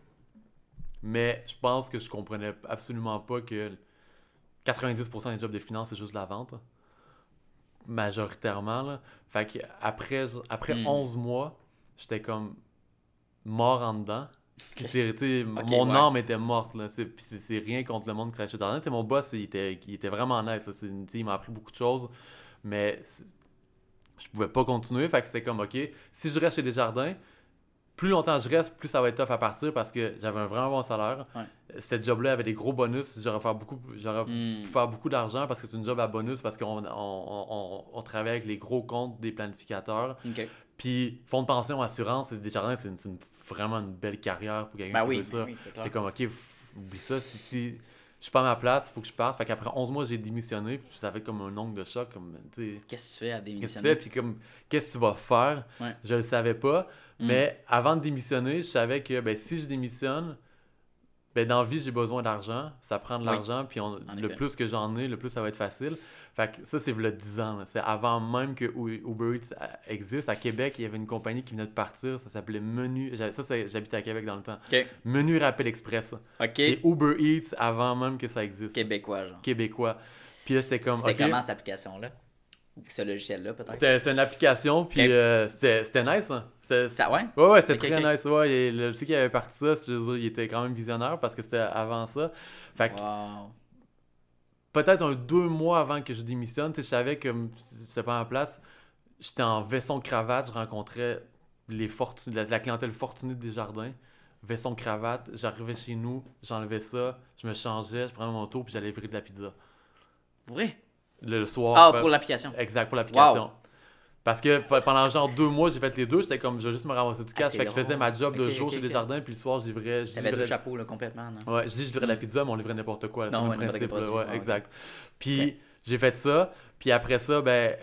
Mais je pense que je comprenais absolument pas que 90% des jobs de finance, c'est juste de la vente. Majoritairement. Là. Fait que après Hmm. 11 mois, j'étais comme mort en dedans. Puis tu sais, Ok, mon ouais. âme était morte. Là. Puis c'est rien contre le monde qui travaille chez Darden. Mon boss, il était vraiment nice. Là. Il m'a appris beaucoup de choses. Mais je pouvais pas continuer. Fait que c'était comme, OK, si je reste chez Desjardins, plus longtemps je reste, plus ça va être tough à partir parce que j'avais un vraiment bon salaire. Ouais. Cette job-là avait des gros bonus. J'aurais Hmm. pu faire beaucoup d'argent parce que c'est une job à bonus parce qu'on travaille avec les gros comptes des planificateurs. Ok. Puis fonds de pension, assurance, Desjardins, vraiment une belle carrière pour quelqu'un Ben qui oui, veut ça. oui, c'est clair. C'est comme, OK, oublie ça, si je suis pas à ma place, il faut que je parte. Fait qu'après 11 mois, j'ai démissionné, puis ça fait comme un ongle de choc, comme, tu sais, Qu'est-ce que tu fais à qu'est-ce que tu démissionner? fais, puis comme, qu'est-ce que tu vas faire? Ouais. Je le savais pas, Mm. mais avant de démissionner, je savais que, ben, si je démissionne, ben, dans la vie, j'ai besoin d'argent, ça prend de Oui, l'argent, puis le effet. plus que j'en ai, le plus ça va être facile. Fait que ça, c'est le 10 ans, là. C'est avant même que Uber Eats existe. À Québec, il y avait une compagnie qui venait de partir, ça s'appelait Menu. J'habitais à Québec dans le temps. OK. Menu Rappel Express. OK. C'est Uber Eats avant même que ça existe. Québécois, genre. Québécois. Puis là, c'était comme. C'était ok. comment cette application-là? Ou ce logiciel-là, peut-être? C'était une application, puis Ok. c'était nice, hein. Ça, ouais? Ouais, c'était Ok, très ok. nice. Ouais, et celui qui avait parti ça, je veux dire, il était quand même visionnaire parce que c'était avant ça. Fait que Wow. peut-être 2 mois avant que je démissionne, tu sais, je savais que c'était pas ma place. J'étais en veston cravate, je rencontrais la clientèle fortunée des jardins. Veston cravate, j'arrivais chez nous, j'enlevais ça, je me changeais, je prenais mon tour, puis j'allais livrer de la pizza. Vrai? Le soir. Ah, pour l'application. Exact, pour l'application. Wow. Parce que pendant genre 2 mois, j'ai fait les deux. J'étais comme, je vais juste me ramasser du cash. c'est Fait que je faisais drôle. ma job de Ok, jour ok, chez ok. Desjardins, puis le soir, je livrais. T'avais deux chapeaux, là, complètement, non? Ouais, je dis, je livrais de la pizza, mais on livrait n'importe quoi. C'est Non, le ouais, même n'importe principe. quel Là, produit, ouais, ouais. exact. Puis Ok. j'ai fait ça. Puis après ça,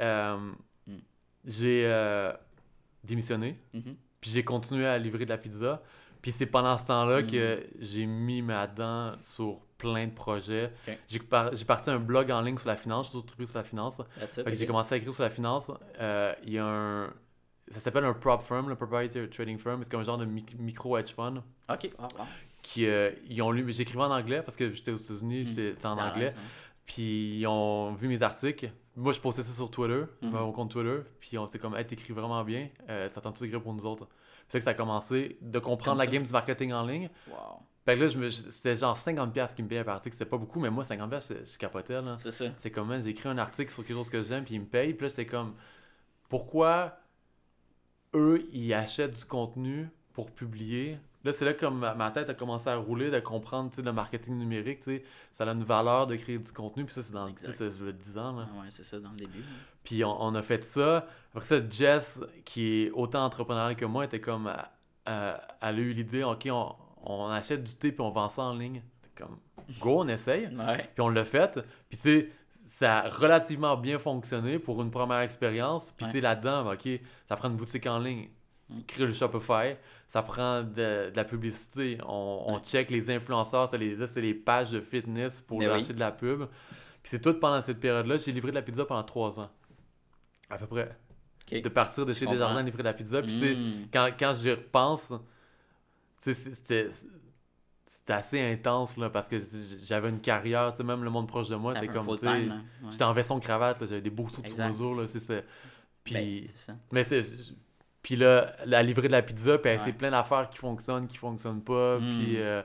j'ai démissionné. Mhm. Puis j'ai continué à livrer de la pizza. Puis c'est pendant ce temps-là Mhm. que j'ai mis ma dent sur plein de projets. Ok. J'ai parti un blog en ligne sur la finance. Je suis toujours trippé sur la finance. That's it, Fait que j'ai ok. commencé à écrire sur la finance. Il y a ça s'appelle un prop firm, le proprietary trading firm. C'est comme un genre de micro hedge fund. Ok. Wow, wow. Ils ont lu. J'écrivais en anglais parce que j'étais aux États-Unis, c'était en C'est à anglais. l'aise, hein. Puis ils ont vu mes articles. Moi, je postais ça sur Twitter, Mhm. mon compte Twitter. Puis on s'était comme, hey, t'écris vraiment bien. Ça tente-tu d'écrire pour nous autres? C'est ça que ça a commencé de comprendre Comme la ça. game du marketing en ligne. Wow. Fait que là, c'était genre 50$ qui me payaient par article. C'était pas beaucoup, mais moi, 50$, je capotais, là. C'est ça. C'est comme, man, j'ai écrit un article sur quelque chose que j'aime, puis ils me payent. Puis là, c'était comme, pourquoi eux, ils achètent du contenu pour publier? Là, c'est là que comme ma tête a commencé à rouler, de comprendre, tu sais, le marketing numérique, tu sais, ça a une valeur de créer du contenu. Puis ça, c'est dans tu sais, Exact. c'est le 10 ans, là. Ah ouais, c'est ça, dans le début. Puis on a fait ça. Après ça, Jess, qui est autant entrepreneurial que moi, était comme, elle a eu l'idée, OK, on achète du thé puis on vend ça en ligne. C'était comme, go, on essaye. Ouais. Puis on l'a fait. Puis tu sais, ça a relativement bien fonctionné pour une première expérience. Puis tu sais, Ouais. là-dedans, OK, ça prend une boutique en ligne. Créer le Shopify. Ça prend de la publicité. On check les influenceurs. C'est les pages de fitness pour Mais leur oui. acheter de la pub. Puis c'est tout pendant cette période-là. J'ai livré de la pizza pendant 3 ans. À peu près. Ok. De partir de chez comprends. Desjardins, livrer de la pizza. Puis tu sais, Mm. quand j'y repense, tu sais, c'était assez intense, là, parce que j'avais une carrière, tu sais, même le monde proche de moi, T'as c'était fait un comme, tu full-time, sais, là. Ouais. j'étais en veston cravate, là, j'avais des beaux sous de Exact. mesure, là, c'est puis, Ben, c'est ça. mais puis là, la livrer de la pizza, puis c'est Ouais. plein d'affaires qui fonctionnent pas, Mm.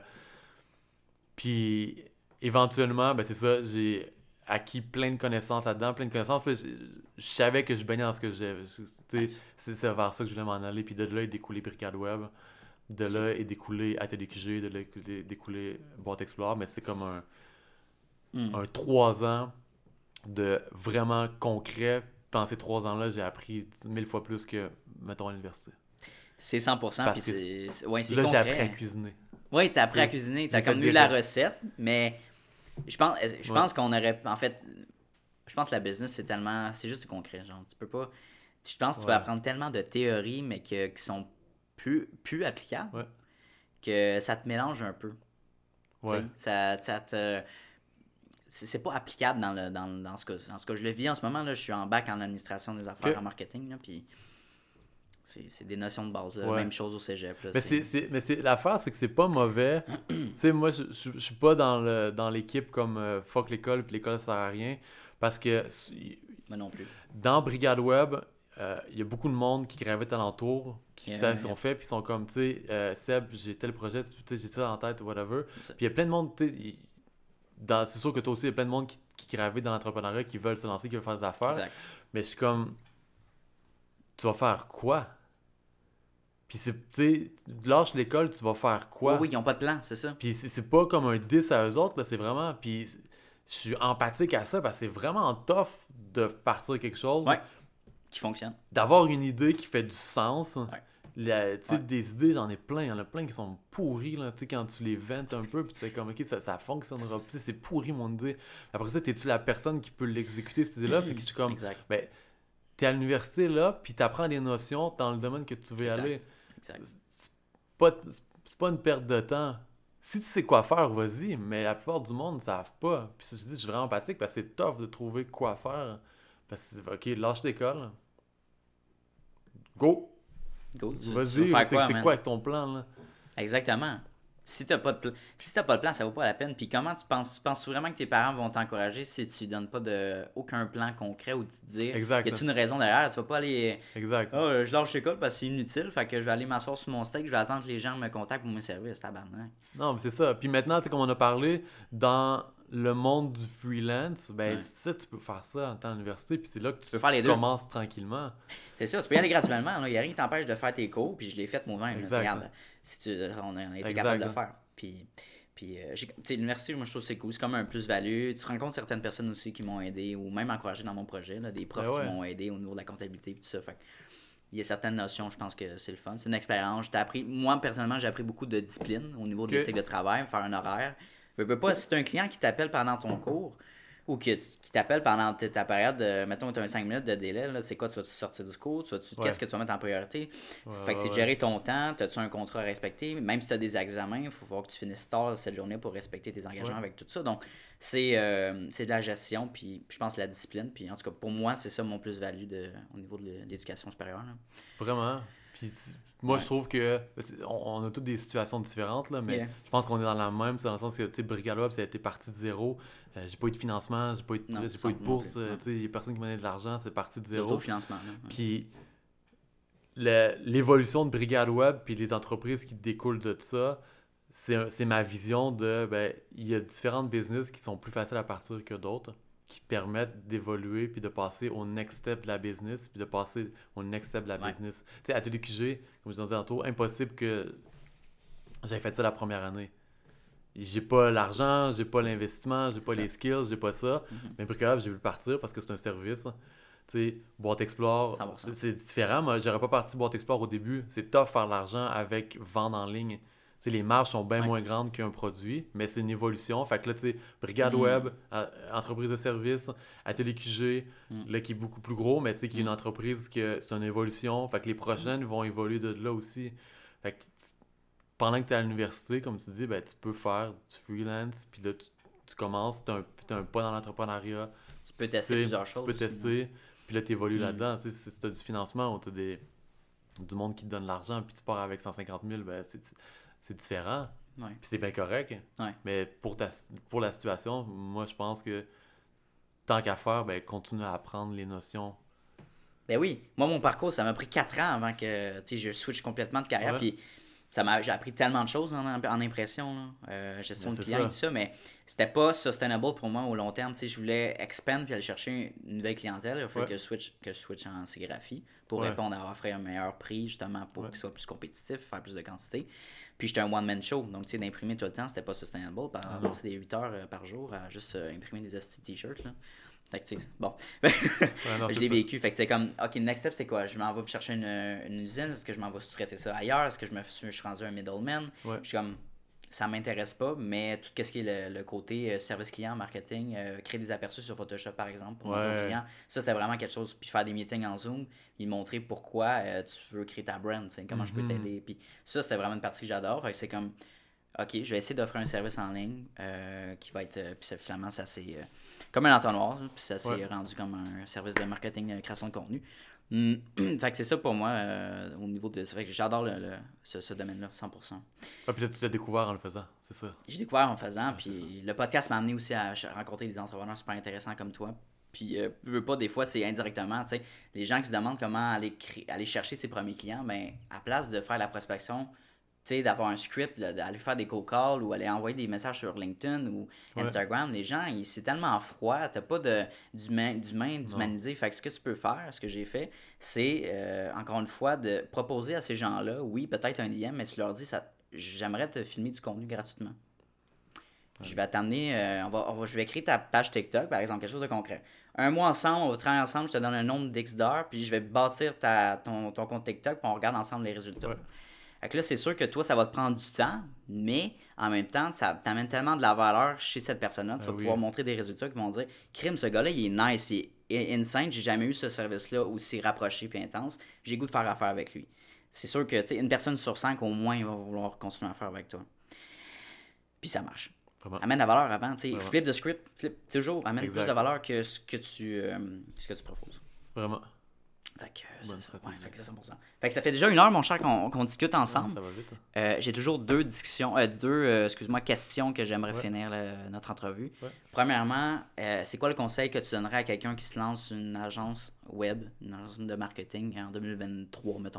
puis éventuellement, ben c'est ça, j'ai acquis plein de connaissances là-dedans, plein de connaissances, puis je savais que je baignais dans ce que j'avais, tu sais, Nice. c'est vers ça que je voulais m'en aller, puis de là est découlé Brigade Web, de là est découlé Atelier QG, de là est découlé Boîte Explorer, mais c'est comme un 3 ans de vraiment concret. Pendant ces 3 ans-là, j'ai appris 1000 fois plus que, mettons, à l'université. C'est 100%. Parce Puis que c'est Là, j'ai concret. appris à cuisiner. Oui, t'as appris à C'est- cuisiner. j'ai T'as fait comme des eu la recettes. recette, mais je pense qu'on aurait. En fait, je pense que la business, c'est tellement. C'est juste du concret. Genre, tu peux pas. Je pense que tu peux Ouais. apprendre tellement de théories, mais qui sont plus applicables, Ouais. que ça te mélange un peu. Tu Ouais. sais, ça te. C'est pas applicable dans ce cas. En ce cas, je le vis en ce moment. Là, je suis en bac en administration des affaires, Ok. en marketing. Là, puis c'est des notions de base. Là. Ouais. Même chose au cégep. Là, Mais l'affaire, c'est que c'est pas mauvais. Tu sais, moi, je suis pas dans l'équipe comme fuck l'école, puis l'école ça sert à rien. Parce que Moi non plus. dans Brigade Web, il y a beaucoup de monde qui gravitent alentour, qui Yeah, savent ce yeah. qu'on fait, puis ils sont comme, tu sais, Seb, j'ai tel projet, tu sais, j'ai ça en tête, whatever. C'est ça. Puis il y a plein de monde, tu sais, c'est sûr que toi aussi, il y a plein de monde qui gravitent dans l'entrepreneuriat, qui veulent se lancer, qui veulent faire des affaires. Exact. Mais je suis comme, tu vas faire quoi? Puis c'est, tu sais, lâche l'école, tu vas faire quoi? Oui, oui, ils n'ont pas de plan, c'est ça. Puis c'est pas comme un 10 à eux autres, là, c'est vraiment. Puis je suis empathique à ça parce que c'est vraiment tough de partir quelque chose, Ouais. Qui fonctionne. d'avoir une idée qui fait du sens, Ouais. Tu sais, des idées, j'en ai plein. Il y en a plein qui sont pourries, là, tu sais, quand tu les ventes un peu, puis tu sais comme, OK, ça fonctionnera. Puis c'est pourri, mon idée. Après ça, t'es-tu la personne qui peut l'exécuter, cette idée-là? Puis que je suis comme, Exact. ben, t'es à l'université, là, puis t'apprends des notions dans le domaine que tu veux Exact. aller. Exact. C'est pas une perte de temps. Si tu sais quoi faire, vas-y, mais la plupart du monde ne savent pas. Puis ça, je dis, je suis vraiment empathique parce que c'est tough de trouver quoi faire. Parce que, OK, lâche l'école. Go! Go, tu Vas-y, veux faire c'est man? quoi avec ton plan, là? Exactement. Si t'as pas de plan, ça vaut pas la peine. Puis comment tu penses vraiment que tes parents vont t'encourager si tu donnes pas aucun plan concret ou tu te dis, Exact. y a-tu une raison derrière? Tu vas pas aller, Exact. je lâche l'école parce que c'est inutile, fait que je vais aller m'asseoir sur mon steak, je vais attendre que les gens me contactent pour mes services, tabarnak. Non, mais c'est ça. Puis maintenant, tu sais, comme on a parlé, dans le monde du freelance, ben, Ouais. ça, tu peux faire ça en temps à l'université, puis c'est là que tu peux faire les deux. commences tranquillement. C'est ça, tu peux y aller graduellement, il n'y a rien qui t'empêche de faire tes cours, puis je l'ai fait moi-même. Exact. Regarde, on a été Exact. capable de le faire. Puis l'université, moi je trouve que c'est cool, c'est comme un plus-value. Tu rencontres certaines personnes aussi qui m'ont aidé ou même encouragé dans mon projet, là, des profs Ben ouais. qui m'ont aidé au niveau de la comptabilité et tout ça. Fait que il y a certaines notions, je pense que c'est le fun. C'est une expérience. Moi, personnellement, j'ai appris beaucoup de discipline au niveau de Ok. l'éthique de travail, faire un horaire. Veux pas, si tu as un client qui t'appelle pendant ton cours ou qui t'appelle pendant ta période, mettons, tu as un 5 minutes de délai, là, c'est quoi, tu vas-tu sortir du cours, qu'est-ce que tu vas mettre en priorité? Fait que c'est de gérer ton temps, as-tu un contrat à respecter, même si tu as des examens, il faut voir que tu finisses tard cette journée pour respecter tes engagements avec tout ça. Donc, c'est de la gestion, puis je pense la discipline, puis en tout cas, pour moi, c'est ça mon plus-value au niveau de l'éducation supérieure. Là. Vraiment. Puis moi, je trouve que on a toutes des situations différentes, là, mais je pense qu'on est dans la même, c'est dans le sens que, tu sais, Brigade Web, ça a été parti de zéro. J'ai pas eu de financement, j'ai pas eu de bourse, tu sais, il y a personne qui m'a donné de l'argent, c'est parti de zéro. L'autofinancement. Puis l'évolution de Brigade Web, puis les entreprises qui découlent de ça, c'est ma vision de, ben, il y a différentes business qui sont plus faciles à partir que d'autres, qui permettent d'évoluer puis de passer au next step de la business puis de passer au next step de la business. Tu sais, Atelier QG, comme je disais tantôt, impossible que j'aie fait ça la première année. J'ai pas l'argent, j'ai pas l'investissement, j'ai pas les skills, j'ai pas ça. Mais Bricolab, j'ai voulu partir parce que c'est un service. Tu sais, Boîte Explore, c'est différent. Moi, j'aurais pas parti Boîte Explore au début. C'est tough faire de l'argent avec vendre en ligne. T'sais, les marges sont bien moins grandes qu'un produit, mais c'est une évolution. Fait que là, tu sais, Brigade Web, entreprise de service, Atelier QG, là, qui est beaucoup plus gros, mais tu sais, qui est une entreprise que c'est une évolution. Fait que les prochaines vont évoluer de là aussi. Fait que pendant que tu es à l'université, comme tu dis, ben, tu peux faire du freelance, puis là, tu commences, tu as un pas dans l'entrepreneuriat. Tu peux tester plusieurs choses. Tu peux tester, puis là, tu évolues là-dedans. Tu sais, si tu as du financement ou tu as du monde qui te donne de l'argent, puis tu pars avec 150 000, ben, c'est différent. Ouais. Puis c'est bien correct. Ouais. Mais pour la situation, moi, je pense que tant qu'à faire, ben, continue à apprendre les notions. Ben oui. Moi, mon parcours, ça m'a pris 4 ans avant que je switch complètement de carrière. Puis j'ai appris tellement de choses en impression, gestion de clients et tout ça, mais c'était pas sustainable pour moi au long terme. T'sais, je voulais expand puis aller chercher une nouvelle clientèle. Il fallait que je switch en sérigraphie pour répondre à offrir un meilleur prix, justement, pour qu'il soit plus compétitif, faire plus de quantité. Puis j'étais un one-man show, donc tu sais, d'imprimer tout le temps, c'était pas sustainable. C'est des 8 heures par jour à juste imprimer des t-shirts, là. Fait que tu sais, bon. Je l'ai vécu. Fait que c'est comme, OK, le next step, c'est quoi? Je m'en vais me chercher une usine. Est-ce que je m'en vais sous-traiter ça ailleurs? Est-ce que je suis rendu un middleman? Je suis comme, ça m'intéresse pas, mais tout ce qui est le côté service client, marketing, créer des aperçus sur Photoshop, par exemple, pour nos clients, ça, c'était vraiment quelque chose. Puis faire des meetings en Zoom, puis montrer pourquoi tu veux créer ta brand, comment je peux t'aider. Puis ça, c'était vraiment une partie que j'adore. Fait que c'est comme, OK, je vais essayer d'offrir un service en ligne qui va être, puis finalement, ça c'est comme un entonnoir, puis ça s'est rendu comme un service de marketing, création de contenu. Fait que c'est ça pour moi au niveau de ça. Fait que j'adore ce domaine-là, 100%. Ah, puis là, tu l'as découvert en le faisant, c'est ça. J'ai découvert en faisant, puis le podcast m'a amené aussi à rencontrer des entrepreneurs super intéressants comme toi. Puis, veux pas, des fois, c'est indirectement, tu sais, les gens qui se demandent comment aller chercher ses premiers clients, ben, à place de faire la prospection, tu sais, d'avoir un script, d'aller faire des cold calls ou aller envoyer des messages sur LinkedIn ou Instagram, les gens, c'est tellement froid, t'as pas d'humanisé. Fait que ce que tu peux faire, ce que j'ai fait, c'est, encore une fois, de proposer à ces gens-là, oui, peut-être un DM, mais tu leur dis, j'aimerais te filmer du contenu gratuitement. Je vais t'amener, je vais créer ta page TikTok, par exemple, quelque chose de concret. Un mois ensemble, on va travailler ensemble, je te donne un nombre d'X d'heures, puis je vais bâtir ton compte TikTok, puis on regarde ensemble les résultats. Ouais. Fait que là, c'est sûr que toi, ça va te prendre du temps, mais en même temps, ça t'amène tellement de la valeur chez cette personne-là. Tu vas pouvoir montrer des résultats qui vont dire crime, ce gars-là, il est nice, il est insane, j'ai jamais eu ce service-là aussi rapproché et intense. J'ai le goût de faire affaire avec lui. C'est sûr que, tu sais, une personne sur 5, au moins, va vouloir continuer à faire avec toi. Puis ça marche. Vraiment. Amène la valeur avant, tu sais. Flip the script, toujours. Amène Exact. plus de valeur que ce que tu proposes. Vraiment. Fait que Bonne c'est ça. stratégie. Ouais, fait que c'est 100%. Fait que ça fait déjà 1 heure, mon cher, qu'on discute ensemble. Ça va vite. J'ai toujours deux questions que j'aimerais finir notre entrevue. Ouais. Premièrement, c'est quoi le conseil que tu donnerais à quelqu'un qui se lance une agence web, une agence de marketing en 2023, mettons?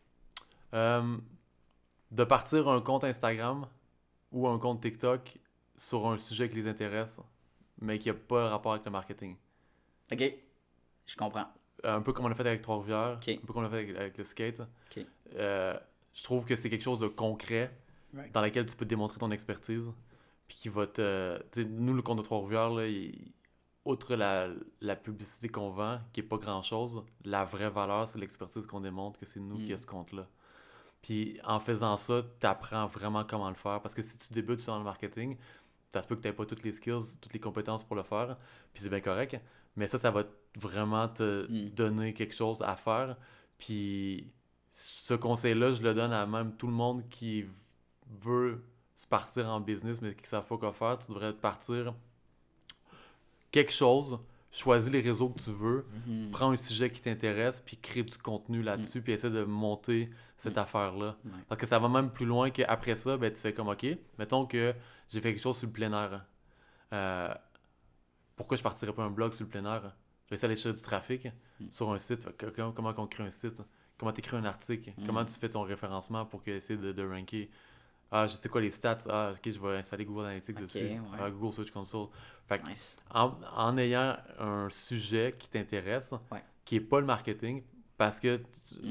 De partir un compte Instagram ou un compte TikTok sur un sujet qui les intéresse, mais qui n'a pas rapport avec le marketing. OK. Je comprends. Un peu comme on a fait avec Trois-Rivières, Okay. un peu comme on a fait avec le skate. Okay. Je trouve que c'est quelque chose de concret dans lequel tu peux démontrer ton expertise. Puis qui va te. Nous, le compte de Trois-Rivières, là, outre la publicité qu'on vend, qui n'est pas grand-chose, la vraie valeur, c'est l'expertise qu'on démontre que c'est nous qui a ce compte-là. Puis en faisant ça, tu apprends vraiment comment le faire. Parce que si tu débutes dans le marketing, ça se peut que tu n'aies pas toutes les skills, toutes les compétences pour le faire. Puis c'est bien correct. Mais ça va vraiment te donner quelque chose à faire. Puis ce conseil-là, je le donne à même tout le monde qui veut se partir en business, mais qui ne savent pas quoi faire. Tu devrais partir quelque chose, choisis les réseaux que tu veux, prends un sujet qui t'intéresse, puis crée du contenu là-dessus, puis essaie de monter cette affaire-là. Parce que ça va même plus loin qu'après ça, ben, tu fais comme, OK, mettons que j'ai fait quelque chose sur le plein air. Pourquoi je partirais pas un blog sur le plein air? Je vais essayer d'aller chercher du trafic sur un site. Comment on crée un site? Comment tu écris un article? Comment tu fais ton référencement pour essayer de ranker? Ah, je sais quoi les stats? Ah, ok, je vais installer Google Analytics dessus. Google Search Console. Fait que, en ayant un sujet qui t'intéresse, qui n'est pas le marketing, parce que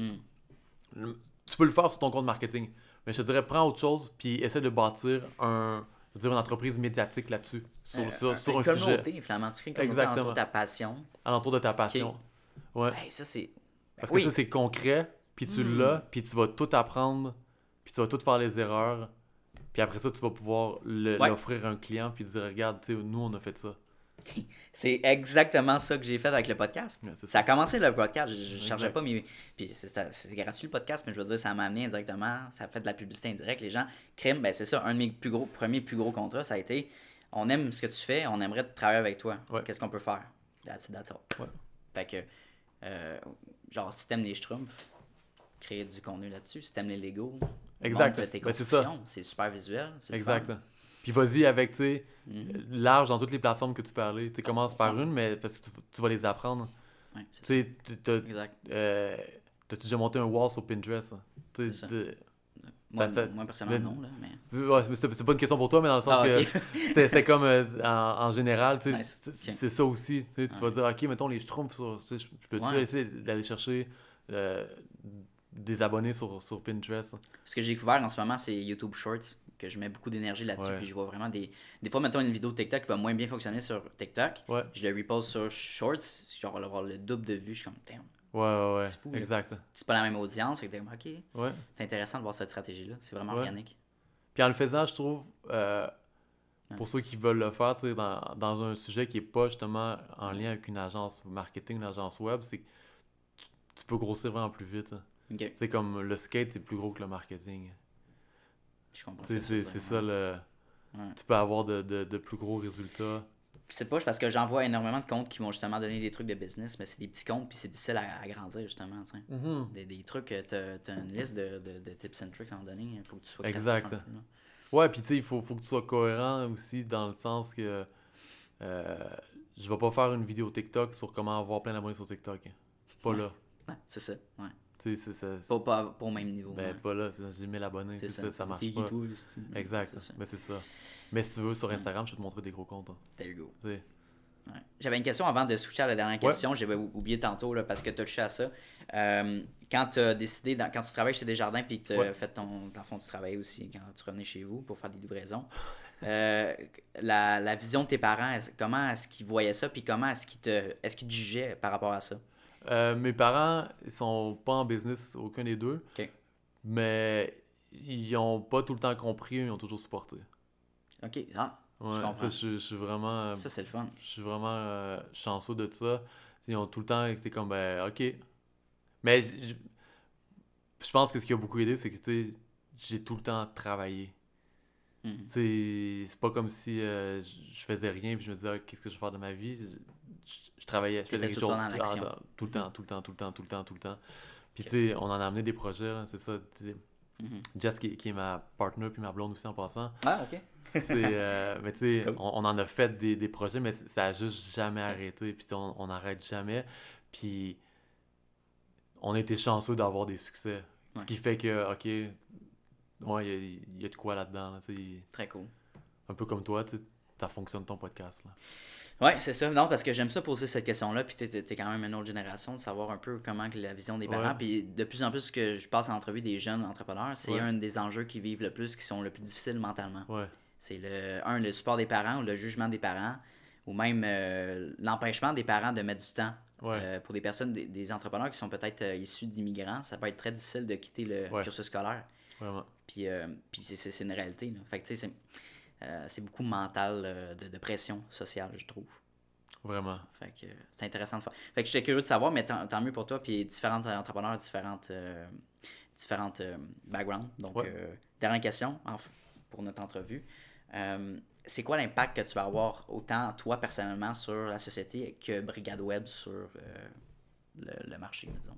tu peux le faire sur ton compte marketing, mais je te dirais, prends autre chose, puis essaie de bâtir une entreprise médiatique là-dessus, sur un sujet. Communauté, finalement. Tu crées une communauté alentour de ta passion. Alentour de ta passion. Okay. Ouais. Ça, c'est... Parce que ça, c'est concret, puis tu l'as, puis tu vas tout apprendre, puis tu vas tout faire les erreurs, puis après ça, tu vas pouvoir l'offrir à un client, puis dire, regarde, tu sais, nous, on a fait ça. C'est exactement ça que j'ai fait avec le podcast. Ça a commencé le podcast, je ne chargeais pas mes... Puis c'est gratuit le podcast, mais je veux dire, ça m'a amené indirectement, ça a fait de la publicité indirecte. Les gens, crime, ben c'est ça, un de mes premiers plus gros contrats, ça a été, on aime ce que tu fais, on aimerait travailler avec toi. Qu'est-ce qu'on peut faire? That's all. Fait que, genre, si t'aimes les schtroumpfs, créer du contenu là-dessus. Si t'aimes les Lego, montre tes constructions. C'est super visuel. Exact. Puis vas-y avec, tu sais, large dans toutes les plateformes que tu peux aller. Tu commences par une, mais parce que tu vas les apprendre. Ouais, tu sais, t'as-tu déjà monté un wall sur Pinterest? C'est ça. Moi, personnellement, non. Là, mais... Ouais, c'est pas une question pour toi, mais dans le sens que c'est comme en général, tu sais, c'est ça aussi. Tu vas dire, OK, mettons les schtroumpfs, je peux-tu essayer d'aller chercher des abonnés sur Pinterest? Ce que j'ai découvert en ce moment, c'est YouTube Shorts, que je mets beaucoup d'énergie là-dessus, puis je vois vraiment des fois, mettons une vidéo TikTok qui va moins bien fonctionner sur TikTok, je le repose sur Shorts, je vais avoir le double de vues, je suis comme, damn. Ouais, c'est fou, exact. C'est pas la même audience, c'est c'est intéressant de voir cette stratégie-là, c'est vraiment organique. Puis en le faisant, je trouve, pour ceux qui veulent le faire, dans un sujet qui est pas justement en lien avec une agence marketing, une agence web, c'est que tu peux grossir vraiment plus vite. C'est comme le skate, c'est plus gros que le marketing. Je comprends. C'est ça le... Tu peux avoir de plus gros résultats. C'est pas parce que j'en vois énormément de comptes qui vont justement donner des trucs de business, mais c'est des petits comptes puis c'est difficile à grandir justement. Des trucs, t'as une liste de tips and tricks à en donner, il faut que tu sois exact. Créatif, ouais, puis tu sais, il faut que tu sois cohérent aussi dans le sens que je vais pas faire une vidéo TikTok sur comment avoir plein d'abonnés sur TikTok. Pas là. Ouais, c'est ça, ouais. Pas au même niveau. Pas là, j'ai 1000 abonnés, ça marche pas. Exact, mais c'est ça. Mais si tu veux, sur Instagram, je vais te montrer des gros comptes. There you go. Ouais. J'avais une question avant de switcher à la dernière question. J'avais oublié tantôt là, parce que tu as touché à ça. Quand tu as décidé, quand tu travailles chez Desjardins puis tu as fait dans le fond, tu travaillais aussi quand tu revenais chez vous pour faire des livraisons. La vision de tes parents, comment est-ce qu'ils voyaient ça puis comment est-ce qu'ils te jugeaient par rapport à ça? Mes parents, ils sont pas en business, aucun des deux. OK. Mais ils ont pas tout le temps compris, ils ont toujours supporté. OK. Ah, Ouais, je comprends. ça, je suis vraiment... Ça, c'est le fun. Je suis vraiment chanceux de ça. Ils ont tout le temps été comme, ben, OK. Mais je pense que ce qui a beaucoup aidé, c'est que j'ai tout le temps travaillé. Mhm. C'est pas comme si je faisais rien puis je me disais, ah, qu'est-ce que je vais faire de ma vie. Je travaillais, je faisais quelque chose. Tout le temps, tout le temps, tout le temps, tout le temps, tout le temps. Puis on en a amené des projets, là, c'est ça. Jess, qui est ma partner puis ma blonde aussi en passant. Ah, OK. Mais tu sais, Cool. on en a fait des projets, mais ça a juste jamais arrêté. Puis on n'arrête jamais. Puis on a été chanceux d'avoir des succès. Ouais. Ce qui fait que, OK, ouais, il y a de quoi là-dedans. Là, Très cool. un peu comme toi, ça fonctionne ton podcast. Là. Ouais, c'est ça. Non, parce que j'aime ça poser cette question-là, puis t'es quand même une autre génération, de savoir un peu comment que la vision des parents. Ouais. Puis de plus en plus que je passe en entrevue des jeunes entrepreneurs, c'est Ouais. un des enjeux qui vivent le plus, qui sont le plus difficiles mentalement. Ouais, C'est le support des parents ou le jugement des parents, ou même l'empêchement des parents de mettre du temps. ouais, Pour des personnes, des entrepreneurs qui sont peut-être issus d'immigrants, ça peut être très difficile de quitter le Ouais. cursus scolaire. vraiment. Puis c'est une réalité. Là. Fait que tu sais, c'est beaucoup mental de pression sociale, je trouve. Vraiment. Fait que c'est intéressant de faire. Fait que j'étais curieux de savoir, mais tant mieux pour toi. Puis différents entrepreneurs, différentes backgrounds. Donc, Ouais. dernière question pour notre entrevue. C'est quoi l'impact que tu vas avoir autant toi personnellement sur la société que Brigade Web sur le marché, disons?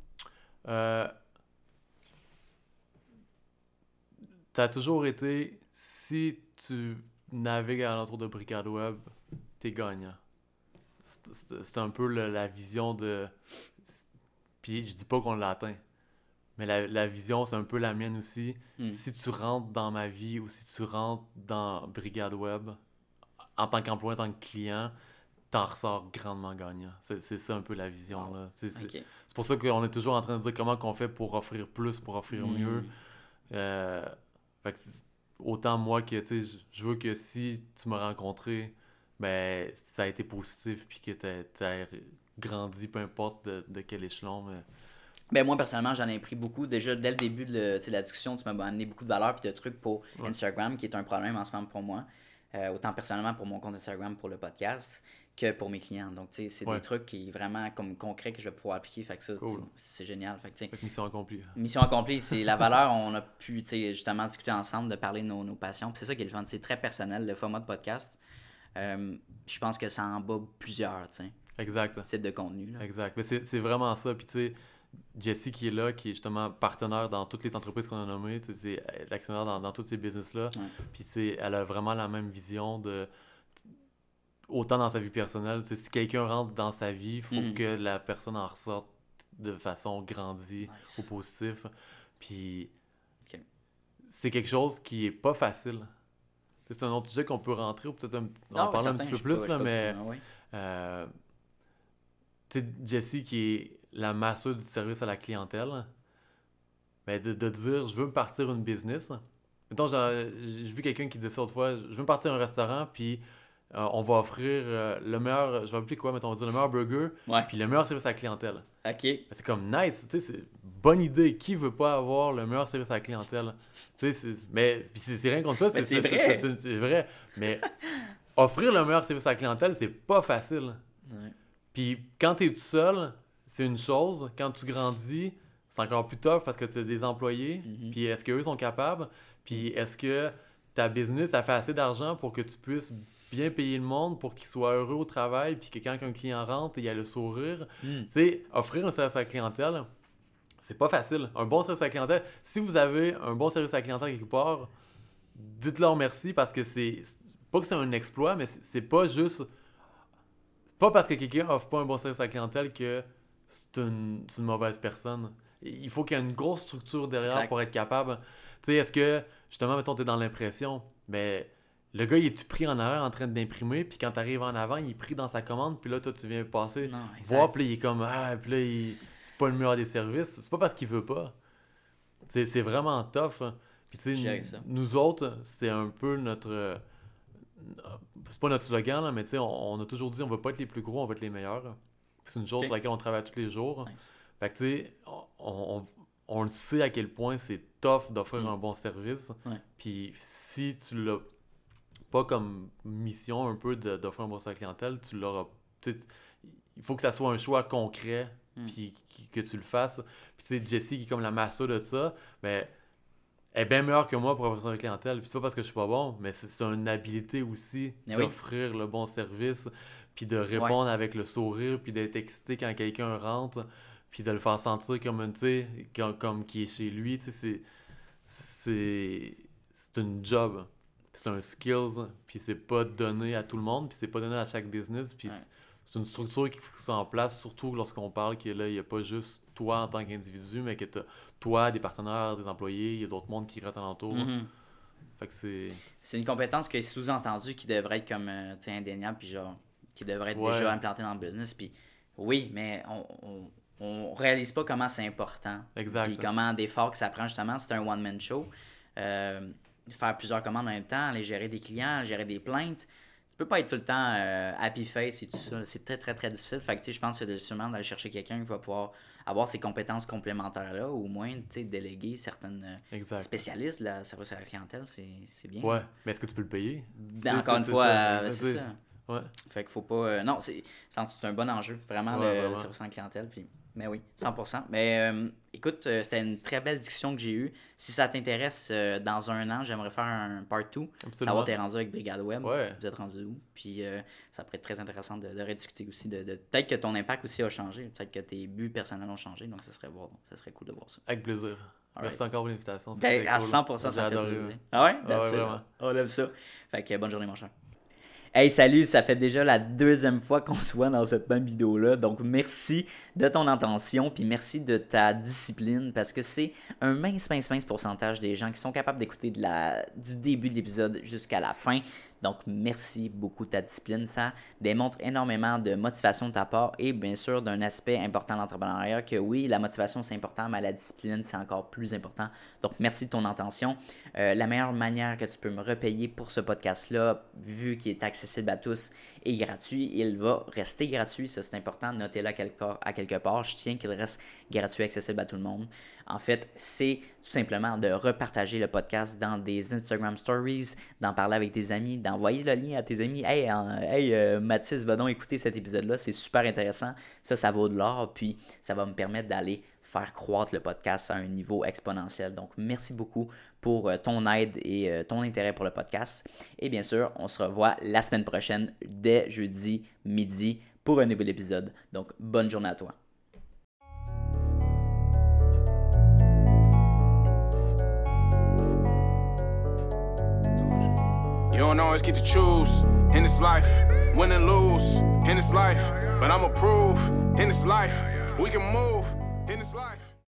T'as toujours été, si tu navigues à l'entour de Brigade Web, t'es gagnant. C'est un peu la vision de... Puis je dis pas qu'on l'atteint, mais la vision, c'est un peu la mienne aussi. Si tu rentres dans ma vie ou si tu rentres dans Brigade Web, en tant qu'employé, en tant que client, t'en ressors grandement gagnant. C'est ça un peu la vision. Là. C'est Ok. pour ça qu'on est toujours en train de dire comment qu'on fait pour offrir plus, pour offrir mieux. Fait que autant moi que, tu sais, je veux que si tu m'as rencontré, ben, ça a été positif, puis que t'as grandi, peu importe de quel échelon, mais... Ben moi, personnellement, j'en ai pris beaucoup. Déjà, dès le début de la discussion, tu m'as amené beaucoup de valeur et de trucs pour Instagram, qui est un problème en ce moment pour moi. Autant personnellement pour mon compte Instagram, pour le podcast, que pour mes clients. Donc, tu sais, c'est des trucs qui vraiment comme concrets que je vais pouvoir appliquer. Fait que ça, Cool. c'est génial. Fait que, tu sais, Fait que mission accomplie. mission accomplie, c'est la valeur. On a pu, tu sais, justement discuter ensemble, de parler de nos passions. Puis c'est ça qui est le fun. C'est très personnel, le format de podcast. Je pense que ça en bat plusieurs, tu sais, Exact. types de contenu. Là. Exact. Mais c'est vraiment ça. Puis, tu sais, Jessie qui est là, qui est justement partenaire dans toutes les entreprises qu'on a nommées, tu sais, c'est l'actionnaire dans tous ces business-là. Ouais. Puis, elle a vraiment la même vision de... Autant dans sa vie personnelle, tu sais, si quelqu'un rentre dans sa vie, il faut que la personne en ressorte de façon grandie, Nice. au positif. Puis, Ok. c'est quelque chose qui est pas facile. C'est un autre sujet qu'on peut rentrer ou peut-être en parler un petit peu plus, là, mais... Tu sais, Jessie qui est la masseuse du service à la clientèle, ben de dire, je veux me partir une business. Mettons, j'ai vu quelqu'un qui disait ça autrefois, je veux me partir un restaurant, puis on va offrir le meilleur, je vais appeler quoi, mettons, on va dire le meilleur burger, puis le meilleur service à la clientèle. OK. Ben, c'est comme nice, tu sais, c'est une bonne idée. Qui veut pas avoir le meilleur service à la clientèle? Tu sais, mais puis c'est rien contre ça, Mais c'est vrai. C'est vrai. Mais offrir le meilleur service à la clientèle, c'est pas facile. Ouais. Puis quand t'es tout seul, c'est une chose. Quand tu grandis, c'est encore plus tough parce que tu as des employés. Puis est-ce qu'eux sont capables? Puis est-ce que ta business a fait assez d'argent pour que tu puisses bien payer le monde pour qu'ils soient heureux au travail, puis que quand un client rentre, il a le sourire. Tu sais, offrir un service à la clientèle, c'est pas facile. Un bon service à la clientèle, si vous avez un bon service à la clientèle quelque part, dites-leur merci parce que c'est pas que c'est un exploit, mais c'est pas juste... Pas parce que quelqu'un offre pas un bon service à la clientèle que c'est une mauvaise personne. Il faut qu'il y ait une grosse structure derrière pour être capable. Tu sais, est-ce que, justement, mettons, t'es dans l'impression, mais le gars, il est-tu pris en arrière en train d'imprimer, puis quand t'arrives en avant, il est pris dans sa commande, puis là, toi, tu viens passer, Non, voir, puis là, il est comme, puis là, c'est pas le meilleur des services. C'est pas parce qu'il veut pas. C'est vraiment tough. Hein. Puis tu sais, nous autres, c'est un peu notre... c'est pas notre slogan, là, mais tu sais, on a toujours dit, on veut pas être les plus gros, on veut être les meilleurs. C'est une chose sur laquelle on travaille tous les jours. Nice. Fait que tu sais, on le sait à quel point c'est tough d'offrir un bon service. Ouais. Puis si tu l'as pas comme mission un peu d'offrir un bon service à la clientèle, tu l'auras... Il faut que ça soit un choix concret, puis que tu le fasses. Puis tu sais, Jessie, qui est comme la massa de ça, ben, elle est bien meilleure que moi pour offrir la clientèle. Puis c'est pas parce que je suis pas bon, mais c'est une habilité aussi d'offrir le bon service, puis de répondre avec le sourire, puis d'être excité quand quelqu'un rentre, puis de le faire sentir comme, tu sais, comme qui est chez lui. Tu sais, c'est une job. C'est un skills, puis c'est pas donné à tout le monde, puis c'est pas donné à chaque business, puis c'est une structure qu'il faut que ça soit en place, surtout lorsqu'on parle qu'il n'y a pas juste toi en tant qu'individu, mais que t'as toi, des partenaires, des employés, il y a d'autres mondes qui restent alentour. Fait que c'est une compétence qui est sous-entendue, qui devrait être comme indéniable, puis genre qui devrait être déjà implantée dans le business, puis oui, mais on réalise pas comment c'est important. Exact. Puis comment d'efforts que ça prend, justement, c'est un one-man show. Faire plusieurs commandes en même temps, aller gérer des clients, gérer des plaintes. Tu peux pas être tout le temps happy face puis tout ça. C'est très, très, très difficile. Fait que, je pense que c'est sûrement d'aller chercher quelqu'un qui va pouvoir avoir ces compétences complémentaires-là, ou au moins, déléguer certaines spécialistes de la service à la clientèle, c'est bien. Ouais, mais est-ce que tu peux le payer? Encore une fois, c'est ça. Ouais. Fait qu'il faut pas... non, c'est un bon enjeu, vraiment, le service à la clientèle. Puis... Mais oui, 100%. Mais écoute, c'était une très belle discussion que j'ai eue. Si ça t'intéresse, dans un an, j'aimerais faire un part 2. Savoir t'es rendu avec Brigade Web. Ouais. Vous êtes rendu où? Puis ça pourrait être très intéressant de rediscuter aussi. Peut-être que ton impact aussi a changé. Peut-être que tes buts personnels ont changé. Donc ça serait cool de voir ça. Avec plaisir. Merci encore pour l'invitation. Ben, à 100%, ça fait plaisir. Ah ouais? Vraiment. On aime ça. Fait que bonne journée, mon cher. Hey, salut, ça fait déjà la deuxième fois qu'on se voit dans cette même vidéo-là. Donc, merci de ton attention, puis merci de ta discipline, parce que c'est un mince pourcentage des gens qui sont capables d'écouter du début de l'épisode jusqu'à la fin. Donc, merci beaucoup de ta discipline. Ça démontre énormément de motivation de ta part et bien sûr d'un aspect important de l'entrepreneuriat que oui, la motivation c'est important, mais la discipline c'est encore plus important. Donc, merci de ton attention. La meilleure manière que tu peux me repayer pour ce podcast-là, vu qu'il est accessible à tous et gratuit, il va rester gratuit. Ça, c'est important. Notez-le à quelque part. Je tiens qu'il reste gratuit, accessible à tout le monde. En fait, c'est tout simplement de repartager le podcast dans des Instagram Stories, d'en parler avec tes amis, d'envoyer le lien à tes amis. Hey, Mathis, va donc écouter cet épisode-là, c'est super intéressant. Ça vaut de l'or, puis ça va me permettre d'aller faire croître le podcast à un niveau exponentiel. Donc, merci beaucoup pour ton aide et ton intérêt pour le podcast. Et bien sûr, on se revoit la semaine prochaine, dès jeudi midi, pour un nouvel épisode. Donc, bonne journée à toi. You don't always get to choose in this life, win and lose in this life. But I'ma prove in this life, we can move in this life.